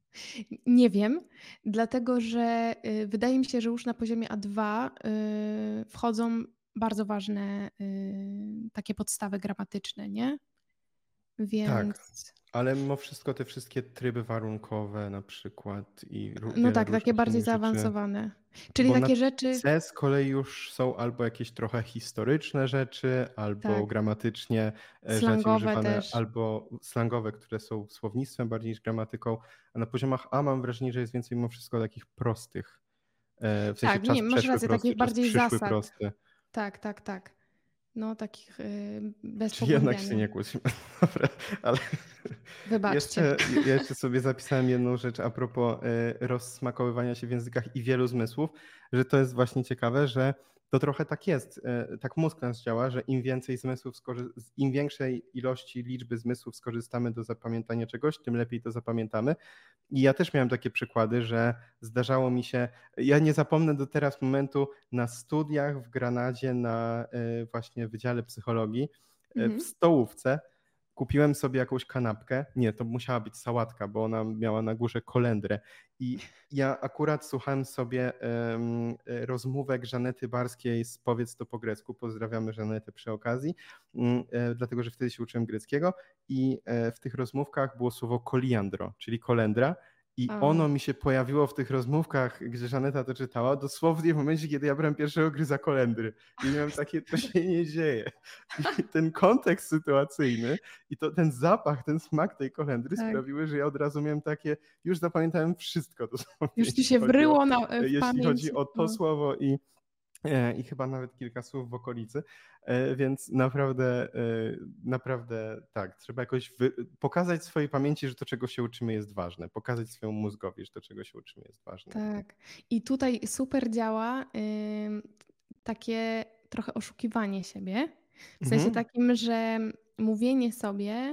Nie wiem, dlatego że y, wydaje mi się, że już na poziomie A dwa y, wchodzą bardzo ważne y, takie podstawy gramatyczne, nie? Tak, Więc ale mimo wszystko te wszystkie tryby warunkowe na przykład i ró- no wiele tak, takie różnych bardziej innych rzeczy. zaawansowane. Czyli Bo na takie rzeczy, C z kolei już są albo jakieś trochę historyczne rzeczy, albo tak, gramatycznie e, rzadziej slangowe używane, też. albo slangowe, które są słownictwem bardziej niż gramatyką, a na poziomach A mam wrażenie, że jest więcej mimo wszystko takich prostych. E, W sensie Tak, czas nie, masz przeszły rację, prosty, takich czas bardziej przyszły zasad. prosty. Tak, tak, tak. No takich y, bez Czyli jednak się pogłębiania. nie kłócimy. Dobra, ale Wybaczcie. jeszcze, ja jeszcze sobie zapisałem jedną rzecz a propos e, rozsmakowywania się w językach i wielu zmysłów, że to jest właśnie ciekawe, że to trochę tak jest, e, tak mózg nas działa, że im więcej zmysłów, skorzy- z im większej ilości liczby zmysłów skorzystamy do zapamiętania czegoś, tym lepiej to zapamiętamy. I ja też miałem takie przykłady, że zdarzało mi się, ja nie zapomnę do teraz momentu na studiach w Granadzie na e, właśnie Wydziale Psychologii e, w Mhm. stołówce kupiłem sobie jakąś kanapkę. Nie, to musiała być sałatka, bo ona miała na górze kolendrę. I ja akurat słuchałem sobie um, rozmówek Żanety Barskiej z Powiedz to po grecku. Pozdrawiamy Żanetę przy okazji, um, e, dlatego że wtedy się uczyłem greckiego i e, w tych rozmówkach było słowo koliandro, czyli kolendra. I O. ono mi się pojawiło w tych rozmówkach, gdzie Żaneta to czytała, dosłownie w momencie, kiedy ja brałem pierwszego gryza kolendry. I miałem takie, to się nie dzieje. I ten kontekst sytuacyjny i to ten zapach, ten smak tej kolendry Tak. sprawiły, że ja od razu miałem takie, już zapamiętałem wszystko dosłownie. Już ci jeśli się chodzi o- wryło na, w Jeśli pamięć. chodzi o to No. słowo i e, i chyba nawet kilka słów w okolicy, e, więc naprawdę, e, naprawdę tak, trzeba jakoś wy- pokazać swojej pamięci, że to, czego się uczymy, jest ważne, pokazać swojemu mózgowi, że to, czego się uczymy, jest ważne. Tak. I tutaj super działa ym, takie trochę oszukiwanie siebie. W sensie Mhm. takim, że mówienie sobie,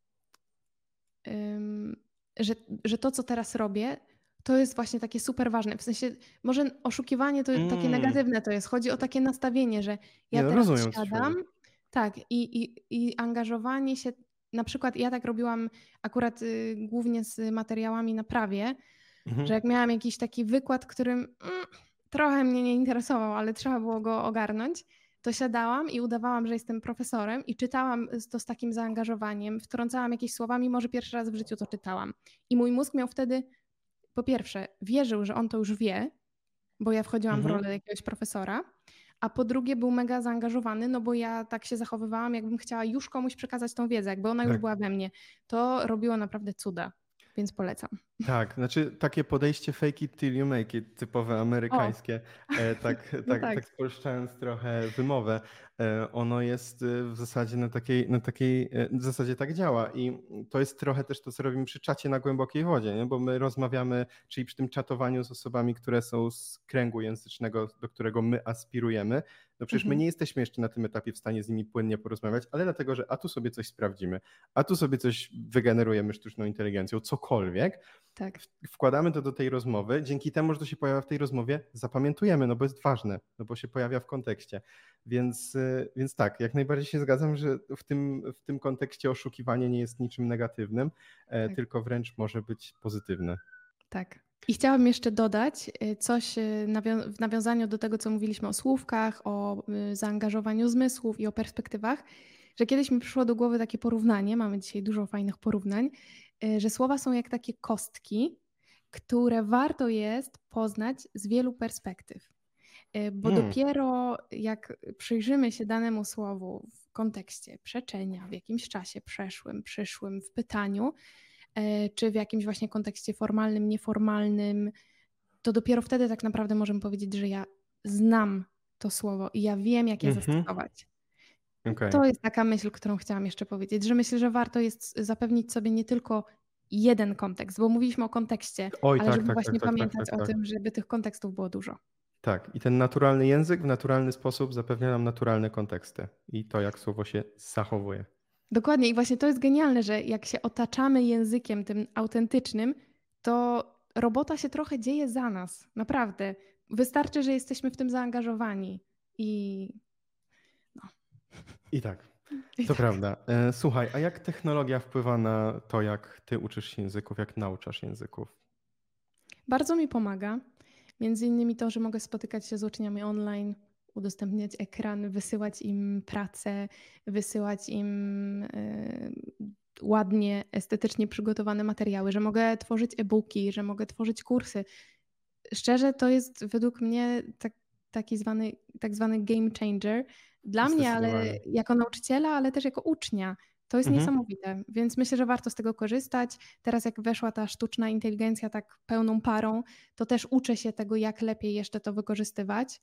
ym, że, że to, co teraz robię, to jest właśnie takie super ważne. W sensie, może oszukiwanie to takie Mm. negatywne to jest. Chodzi o takie nastawienie, że ja Nie, no, teraz rozumiem, o co ci siadam, chodzi. tak, i, i, i angażowanie się. Na przykład ja tak robiłam akurat y, głównie z materiałami na prawie, Mhm. że jak miałam jakiś taki wykład, którym mm, trochę mnie nie interesował, ale trzeba było go ogarnąć, to siadałam i udawałam, że jestem profesorem i czytałam to z takim zaangażowaniem, wtrącałam jakieś słowa, mimo że pierwszy raz w życiu to czytałam. I mój mózg miał wtedy, po pierwsze, wierzył, że on to już wie, bo ja wchodziłam Mhm. w rolę jakiegoś profesora, a po drugie był mega zaangażowany, no bo ja tak się zachowywałam, jakbym chciała już komuś przekazać tą wiedzę, jakby ona już Tak. była we mnie. To robiło naprawdę cuda, więc polecam. Tak, znaczy takie podejście fake it till you make it, typowe amerykańskie, e, tak, No tak, tak. tak spolszczając trochę wymowę, e, ono jest e, w zasadzie na takiej, na takiej, e, w zasadzie tak działa i to jest trochę też to, co robimy przy czacie na głębokiej wodzie, nie? Bo my rozmawiamy, czyli przy tym czatowaniu z osobami, które są z kręgu języcznego, do którego my aspirujemy, no przecież my Mhm. nie jesteśmy jeszcze na tym etapie w stanie z nimi płynnie porozmawiać, ale dlatego, że a tu sobie coś sprawdzimy, a tu sobie coś wygenerujemy sztuczną inteligencją, cokolwiek, Tak. wkładamy to do tej rozmowy, dzięki temu, że to się pojawia w tej rozmowie, zapamiętujemy, no bo jest ważne, no bo się pojawia w kontekście. Więc, y, więc tak, jak najbardziej się zgadzam, że w tym, w tym kontekście oszukiwanie nie jest niczym negatywnym, e, Tak. tylko wręcz może być pozytywne. Tak. I chciałabym jeszcze dodać y, coś y, nawią- w nawiązaniu do tego, co mówiliśmy o słówkach, o y, zaangażowaniu zmysłów i o perspektywach, że kiedyś mi przyszło do głowy takie porównanie, mamy dzisiaj dużo fajnych porównań, y, że słowa są jak takie kostki, które warto jest poznać z wielu perspektyw. bo Hmm. dopiero jak przyjrzymy się danemu słowu w kontekście przeczenia, w jakimś czasie przeszłym, przyszłym, w pytaniu, czy w jakimś właśnie kontekście formalnym, nieformalnym, to dopiero wtedy tak naprawdę możemy powiedzieć, że ja znam to słowo i ja wiem, jak je Mhm. zastosować. Okej. To jest taka myśl, którą chciałam jeszcze powiedzieć, że myślę, że warto jest zapewnić sobie nie tylko jeden kontekst, bo mówiliśmy o kontekście, Oj, ale tak, żeby tak, właśnie tak, tak, tak, pamiętać tak, o tak. tym, żeby tych kontekstów było dużo. Tak, i ten naturalny język w naturalny sposób zapewnia nam naturalne konteksty i to, jak słowo się zachowuje. Dokładnie i właśnie to jest genialne, że jak się otaczamy językiem tym autentycznym, to robota się trochę dzieje za nas, naprawdę. Wystarczy, że jesteśmy w tym zaangażowani i no. I tak, I to tak. prawda. E, Słuchaj, a jak technologia wpływa na to, jak ty uczysz się języków, jak nauczasz języków? Bardzo mi pomaga. Między innymi to, że mogę spotykać się z uczniami online, udostępniać ekran, wysyłać im pracę, wysyłać im y, ładnie, estetycznie przygotowane materiały, że mogę tworzyć e-booki, że mogę tworzyć kursy. Szczerze, to jest według mnie tak, taki zwany, tak zwany game changer dla mnie, ale Zdecydowanie. jako nauczyciela, ale też jako ucznia. To jest Mhm. niesamowite, więc myślę, że warto z tego korzystać. Teraz jak weszła ta sztuczna inteligencja tak pełną parą, to też uczę się tego, jak lepiej jeszcze to wykorzystywać,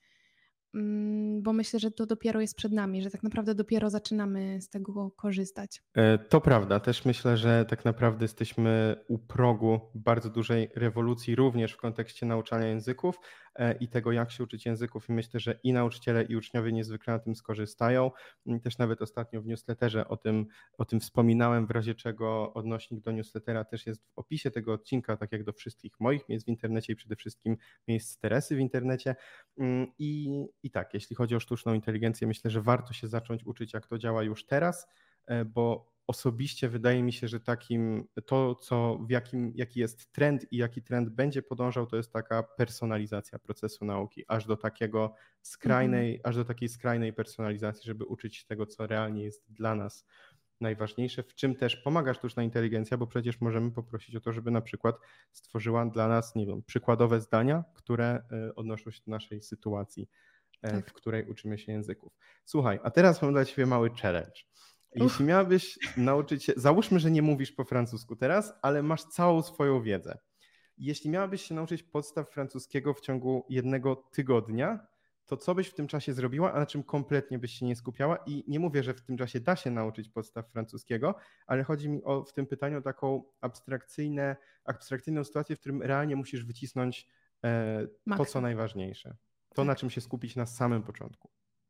mm, bo myślę, że to dopiero jest przed nami, że tak naprawdę dopiero zaczynamy z tego korzystać. E, To prawda. Też myślę, że tak naprawdę jesteśmy u progu bardzo dużej rewolucji, również w kontekście nauczania języków e, i tego, jak się uczyć języków. I myślę, że i nauczyciele, i uczniowie niezwykle na tym skorzystają. Mm, Też nawet ostatnio w newsletterze o tym, o tym wspominałem, w razie czego odnośnik do newslettera też jest w opisie tego odcinka, tak jak do wszystkich moich miejsc w internecie i przede wszystkim miejsc Teresy w internecie. Mm, I, I tak, jeśli chodzi o sztuczną inteligencję, myślę, że warto się zacząć uczyć, jak to działa już teraz, e, bo osobiście wydaje mi się, że takim to, co, w jakim, jaki jest trend i jaki trend będzie podążał, to jest taka personalizacja procesu nauki, aż do takiego skrajnej, aż do takiej skrajnej personalizacji, żeby uczyć się tego, co realnie jest dla nas najważniejsze, w czym też pomaga sztuczna inteligencja, bo przecież możemy poprosić o to, żeby na przykład stworzyła dla nas, nie wiem, przykładowe zdania, które e, odnoszą się do naszej sytuacji, e, Tak. w której uczymy się języków. Słuchaj, a teraz mam dla Ciebie mały challenge. Jeśli miałabyś nauczyć się, załóżmy, że nie mówisz po francusku teraz, ale masz całą swoją wiedzę. Jeśli miałabyś się nauczyć podstaw francuskiego w ciągu jednego tygodnia, to co byś w tym czasie zrobiła, a na czym kompletnie byś się nie skupiała? I nie mówię, że w tym czasie da się nauczyć podstaw francuskiego, ale chodzi mi o w tym pytaniu o taką abstrakcyjne, abstrakcyjną sytuację, w którym realnie musisz wycisnąć e, to, co najważniejsze. To, Tak. na czym się skupić na samym początku.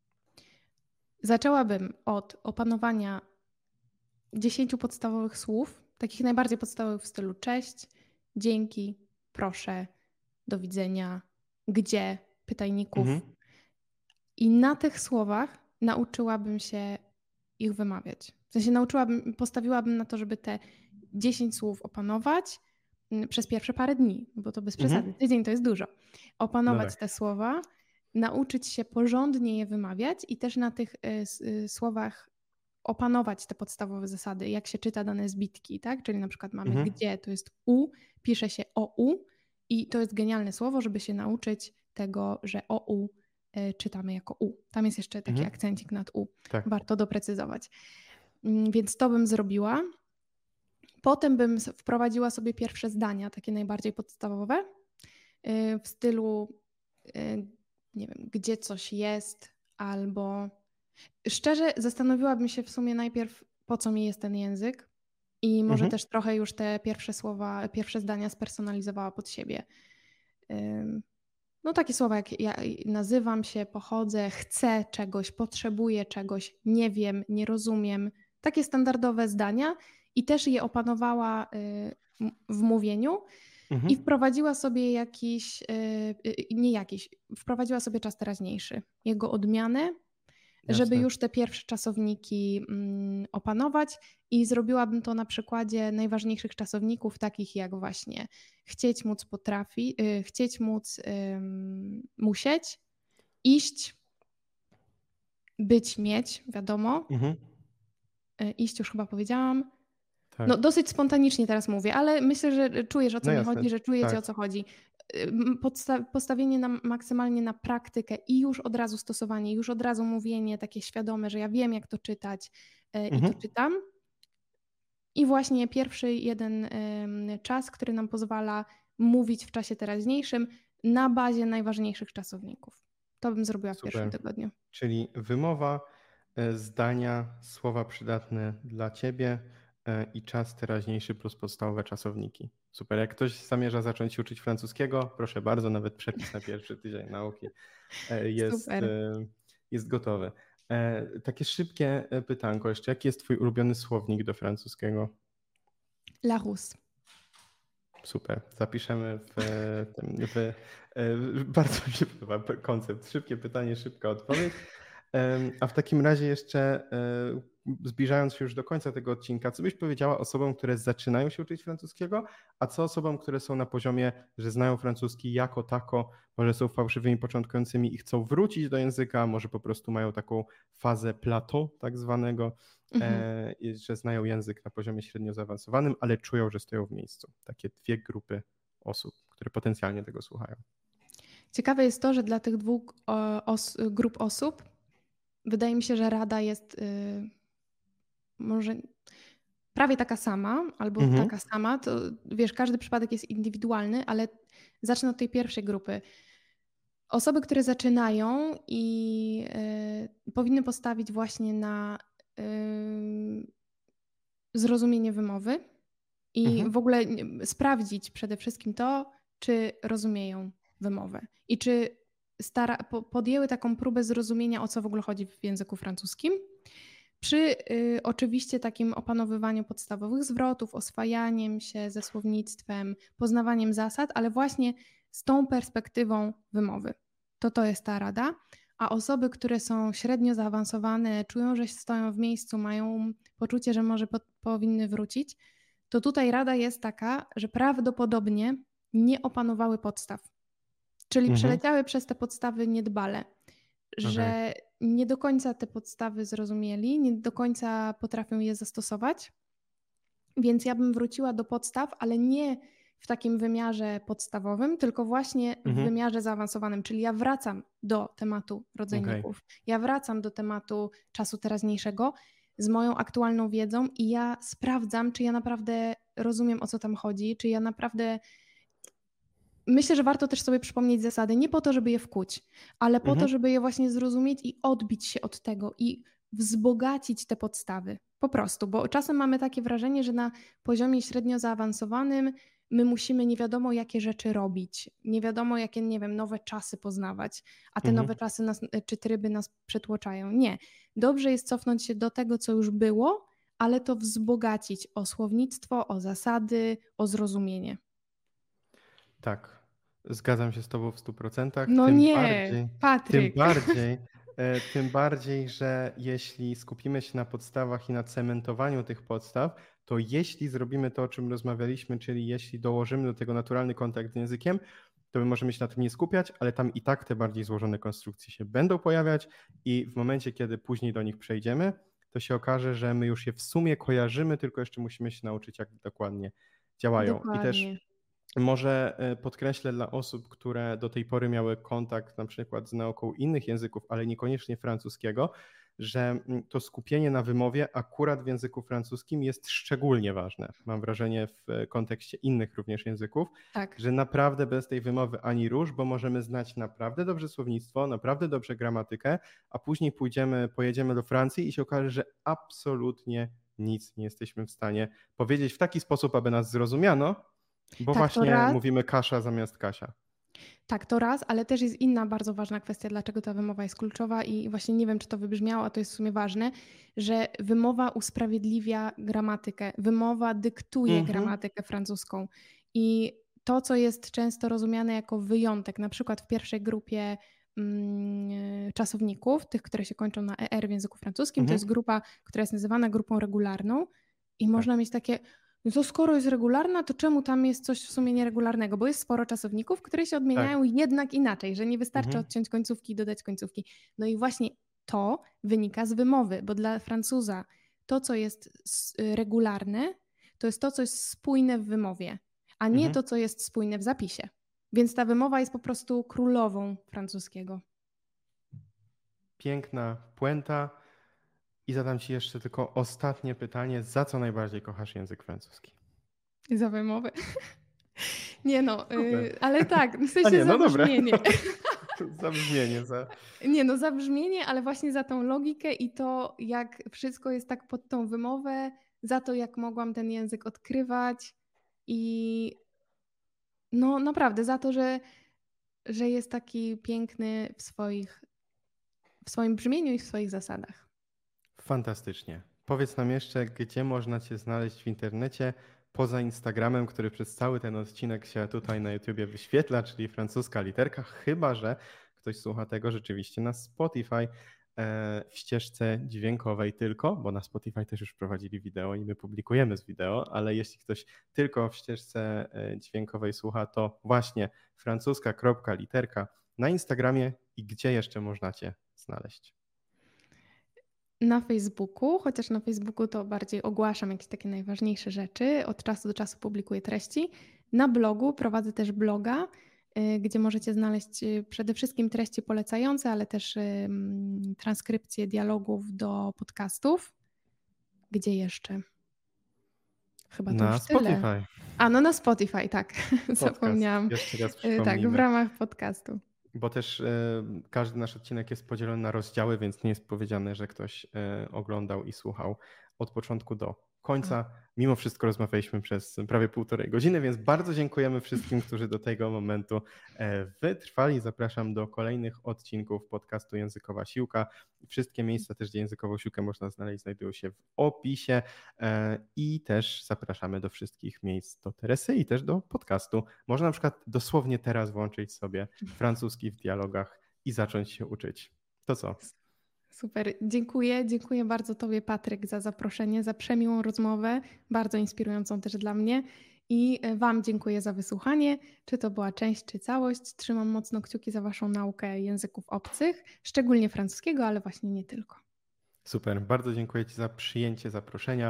Zaczęłabym od opanowania dziesięciu podstawowych słów, takich najbardziej podstawowych w stylu cześć, dzięki, proszę, do widzenia, gdzie, pytajników. Mhm. I na tych słowach nauczyłabym się ich wymawiać. W sensie nauczyłabym, postawiłabym na to, żeby te dziesięć słów opanować mm, przez pierwsze parę dni, bo to bez przesady. Mhm. Tydzień to jest dużo. Opanować No tak. te słowa, nauczyć się porządnie je wymawiać i też na tych y, s- y, słowach opanować te podstawowe zasady, jak się czyta dane zbitki, tak? Czyli na przykład mamy Mhm. gdzie, to jest u, pisze się o u i to jest genialne słowo, żeby się nauczyć tego, że o u y, czytamy jako u. Tam jest jeszcze taki Mhm. akcencik nad u. Tak. Warto doprecyzować. Mm, Więc to bym zrobiła. Potem bym s- wprowadziła sobie pierwsze zdania, takie najbardziej podstawowe, y, w stylu, y, nie wiem, gdzie coś jest, albo szczerze zastanowiłabym się w sumie najpierw, po co mi jest ten język i może Mhm. też trochę już te pierwsze słowa, pierwsze zdania spersonalizowała pod siebie. Ym, No takie słowa jak ja nazywam się, pochodzę, chcę czegoś, potrzebuję czegoś, nie wiem, nie rozumiem. Takie standardowe zdania i też je opanowała y, m- w mówieniu i Mhm. wprowadziła sobie jakiś, y, y, nie jakiś, wprowadziła sobie czas teraźniejszy, jego odmianę, żeby Jasne. już te pierwsze czasowniki mm, opanować i zrobiłabym to na przykładzie najważniejszych czasowników, takich jak właśnie chcieć, móc, potrafi, y, chcieć, móc, ym, musieć, iść, być, mieć, wiadomo. Mhm. Y, iść już chyba powiedziałam. Tak. No dosyć spontanicznie teraz mówię, ale myślę, że czujesz, o co No mi jasne, chodzi, że czujecie, tak. o co chodzi. podsta- postawienie na, maksymalnie na praktykę i już od razu stosowanie, już od razu mówienie takie świadome, że ja wiem, jak to czytać y, i Mhm. to czytam. I właśnie pierwszy jeden y, czas, który nam pozwala mówić w czasie teraźniejszym na bazie najważniejszych czasowników. To bym zrobiła w pierwszym Super. tygodniu. Czyli wymowa, e, zdania, słowa przydatne dla ciebie e, i czas teraźniejszy plus podstawowe czasowniki. Super. Jak ktoś zamierza zacząć się uczyć francuskiego, proszę bardzo, nawet przepis na pierwszy tydzień nauki e, jest, Super. e, jest gotowy. E, Takie szybkie e, pytanko jeszcze. Jaki jest twój ulubiony słownik do francuskiego? Larousse. Super. Zapiszemy w e, tym. W, e, bardzo mi się podoba koncept. Szybkie pytanie, szybka odpowiedź. Em, A w takim razie jeszcze e, zbliżając się już do końca tego odcinka, co byś powiedziała osobom, które zaczynają się uczyć francuskiego, a co osobom, które są na poziomie, że znają francuski jako tako, może są fałszywymi początkującymi i chcą wrócić do języka, może po prostu mają taką fazę plateau tak zwanego, Mhm. e, i że znają język na poziomie średnio zaawansowanym, ale czują, że stoją w miejscu. Takie dwie grupy osób, które potencjalnie tego słuchają. Ciekawe jest to, że dla tych dwóch o, os, grup osób wydaje mi się, że rada jest y, może prawie taka sama, albo Mhm. taka sama. To wiesz, każdy przypadek jest indywidualny, ale zacznę od tej pierwszej grupy. Osoby, które zaczynają i y, powinny postawić właśnie na y, zrozumienie wymowy i Mhm. w ogóle nie- sprawdzić przede wszystkim to, czy rozumieją wymowę i czy stara, po, podjęły taką próbę zrozumienia, o co w ogóle chodzi w języku francuskim. Przy y, oczywiście takim opanowywaniu podstawowych zwrotów, oswajaniem się ze słownictwem, poznawaniem zasad, ale właśnie z tą perspektywą wymowy. To to jest ta rada. A osoby, które są średnio zaawansowane, czują, że stoją w miejscu, mają poczucie, że może po, powinny wrócić, to tutaj rada jest taka, że prawdopodobnie nie opanowały podstaw. Czyli Mhm. przeleciały przez te podstawy niedbale, że Okej. nie do końca te podstawy zrozumieli, nie do końca potrafią je zastosować. Więc ja bym wróciła do podstaw, ale nie w takim wymiarze podstawowym, tylko właśnie w Mhm. wymiarze zaawansowanym. Czyli ja wracam do tematu rodzajników, ja wracam do tematu czasu teraźniejszego z moją aktualną wiedzą i ja sprawdzam, czy ja naprawdę rozumiem, o co tam chodzi, czy ja naprawdę... Myślę, że warto też sobie przypomnieć zasady, nie po to, żeby je wkuć, ale po to, Mhm. żeby je właśnie zrozumieć i odbić się od tego i wzbogacić te podstawy. Po prostu, bo czasem mamy takie wrażenie, że na poziomie średnio zaawansowanym my musimy nie wiadomo jakie rzeczy robić, nie wiadomo jakie, nie wiem, nowe czasy poznawać, a te Mhm. nowe czasy nas, czy tryby nas przytłoczają. Nie. Dobrze jest cofnąć się do tego, co już było, ale to wzbogacić o słownictwo, o zasady, o zrozumienie. Tak, zgadzam się z tobą w stu procentach. No Tym nie, bardziej, tym Patryk. bardziej, e, tym bardziej, że jeśli skupimy się na podstawach i na cementowaniu tych podstaw, to jeśli zrobimy to, o czym rozmawialiśmy, czyli jeśli dołożymy do tego naturalny kontakt z językiem, to my możemy się na tym nie skupiać, ale tam i tak te bardziej złożone konstrukcje się będą pojawiać i w momencie, kiedy później do nich przejdziemy, to się okaże, że my już je w sumie kojarzymy, tylko jeszcze musimy się nauczyć, jak dokładnie działają. I też Dokładnie. może e, podkreślę dla osób, które do tej pory miały kontakt na przykład z nauką innych języków, ale niekoniecznie francuskiego, że mm, to skupienie na wymowie akurat w języku francuskim jest szczególnie ważne. Mam wrażenie w e, kontekście innych również języków, Tak. że naprawdę bez tej wymowy ani rusz, bo możemy znać naprawdę dobrze słownictwo, naprawdę dobrze gramatykę, a później pójdziemy, pojedziemy do Francji i się okaże, że absolutnie nic nie jesteśmy w stanie powiedzieć w taki sposób, aby nas zrozumiano, bo Tak, to właśnie raz. mówimy Kasia zamiast Kasia. Tak, to raz, ale też jest inna bardzo ważna kwestia, dlaczego ta wymowa jest kluczowa i właśnie nie wiem, czy to wybrzmiało, a to jest w sumie ważne, że wymowa usprawiedliwia gramatykę, wymowa dyktuje Mhm. gramatykę francuską i to, co jest często rozumiane jako wyjątek, na przykład w pierwszej grupie mm, czasowników, tych, które się kończą na er w języku francuskim, to Mhm. jest grupa, która jest nazywana grupą regularną i można mieć takie... No to skoro jest regularna, to czemu tam jest coś w sumie nieregularnego? Bo jest sporo czasowników, które się odmieniają jednak inaczej, że nie wystarczy Mhm. odciąć końcówki i dodać końcówki. No i właśnie to wynika z wymowy, bo dla Francuza to, co jest s- regularne, to jest to, co jest spójne w wymowie, a nie Mhm. to, co jest spójne w zapisie. Więc ta wymowa jest po prostu królową francuskiego. Piękna puenta. I zadam Ci jeszcze tylko ostatnie pytanie. Za co najbardziej kochasz język francuski? Za wymowę. Nie no, y, ale tak, w sensie nie, za no dobra. brzmienie. Za brzmienie. Za... Nie no, za brzmienie, ale właśnie za tą logikę i to, jak wszystko jest tak pod tą wymowę, za to, jak mogłam ten język odkrywać i no naprawdę za to, że, że jest taki piękny w swoich, w swoim brzmieniu i w swoich zasadach. Fantastycznie. Powiedz nam jeszcze, gdzie można Cię znaleźć w internecie poza Instagramem, który przez cały ten odcinek się tutaj na YouTubie wyświetla, czyli francuska literka, chyba że ktoś słucha tego rzeczywiście na Spotify w ścieżce dźwiękowej tylko, bo na Spotify też już wprowadzili wideo i my publikujemy z wideo, ale jeśli ktoś tylko w ścieżce dźwiękowej słucha, to właśnie francuska.literka na Instagramie i gdzie jeszcze można Cię znaleźć? Na Facebooku, chociaż na Facebooku to bardziej ogłaszam jakieś takie najważniejsze rzeczy, od czasu do czasu publikuję treści. Na blogu prowadzę też bloga, gdzie możecie znaleźć przede wszystkim treści polecające, ale też transkrypcje dialogów do podcastów. Gdzie jeszcze? Chyba to na już Spotify. Tyle. A no na Spotify, tak. Podcast. Zapomniałam. Jeszcze raz Tak, w ramach podcastu. Bo też y, każdy nasz odcinek jest podzielony na rozdziały, więc nie jest powiedziane, że ktoś y, oglądał i słuchał od początku do końca. Mimo wszystko rozmawialiśmy przez prawie półtorej godziny, więc bardzo dziękujemy wszystkim, którzy do tego momentu wytrwali. Zapraszam do kolejnych odcinków podcastu Językowa Siłka. Wszystkie miejsca też, gdzie Językową Siłkę można znaleźć, znajdują się w opisie i też zapraszamy do wszystkich miejsc do Teresy i też do podcastu. Można na przykład dosłownie teraz włączyć sobie francuski w dialogach i zacząć się uczyć. To co? Super, dziękuję. Dziękuję bardzo Tobie, Patryk, za zaproszenie, za przemiłą rozmowę, bardzo inspirującą też dla mnie i Wam dziękuję za wysłuchanie, czy to była część, czy całość. Trzymam mocno kciuki za Waszą naukę języków obcych, szczególnie francuskiego, ale właśnie nie tylko. Super, bardzo dziękuję Ci za przyjęcie zaproszenia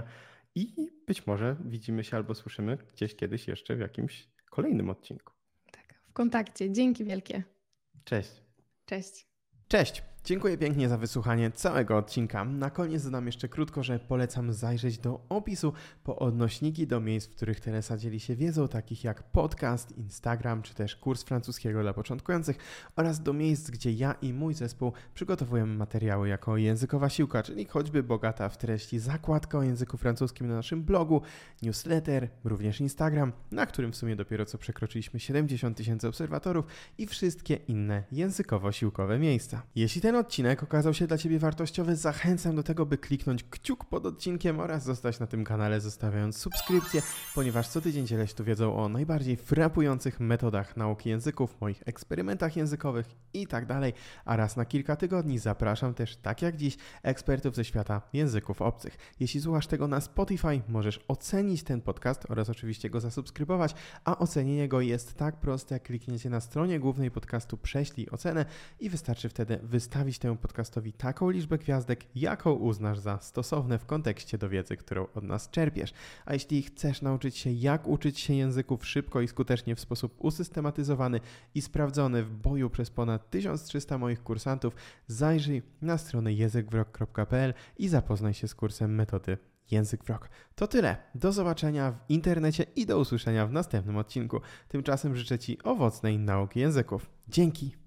i być może widzimy się albo słyszymy gdzieś kiedyś jeszcze w jakimś kolejnym odcinku. Tak, w kontakcie. Dzięki wielkie. Cześć. Cześć. Cześć! Dziękuję pięknie za wysłuchanie całego odcinka. Na koniec dodam jeszcze krótko, że polecam zajrzeć do opisu po odnośniki do miejsc, w których Teresa dzieli się wiedzą, takich jak podcast, Instagram czy też kurs francuskiego dla początkujących oraz do miejsc, gdzie ja i mój zespół przygotowujemy materiały jako Językowa Siłka, czyli choćby bogata w treści zakładka o języku francuskim na naszym blogu, newsletter, również Instagram, na którym w sumie dopiero co przekroczyliśmy siedemdziesiąt tysięcy obserwatorów i wszystkie inne językowo-siłkowe miejsca. Jeśli ten odcinek okazał się dla Ciebie wartościowy, zachęcam do tego, by kliknąć kciuk pod odcinkiem oraz zostać na tym kanale, zostawiając subskrypcję, ponieważ co tydzień dzielę się tu wiedzą o najbardziej frapujących metodach nauki języków, moich eksperymentach językowych i tak dalej, a raz na kilka tygodni zapraszam też, tak jak dziś, ekspertów ze świata języków obcych. Jeśli słuchasz tego na Spotify, możesz ocenić ten podcast oraz oczywiście go zasubskrybować, a ocenienie go jest tak proste, jak kliknięcie na stronie głównej podcastu Prześlij ocenę i wystarczy wtedy wystawić temu podcastowi taką liczbę gwiazdek, jaką uznasz za stosowne w kontekście do wiedzy, którą od nas czerpiesz. A jeśli chcesz nauczyć się, jak uczyć się języków szybko i skutecznie w sposób usystematyzowany i sprawdzony w boju przez ponad tysiąc trzysta moich kursantów, zajrzyj na stronę język w rok kropka p l i zapoznaj się z kursem metody Język w rok. To tyle. Do zobaczenia w internecie i do usłyszenia w następnym odcinku. Tymczasem życzę Ci owocnej nauki języków. Dzięki!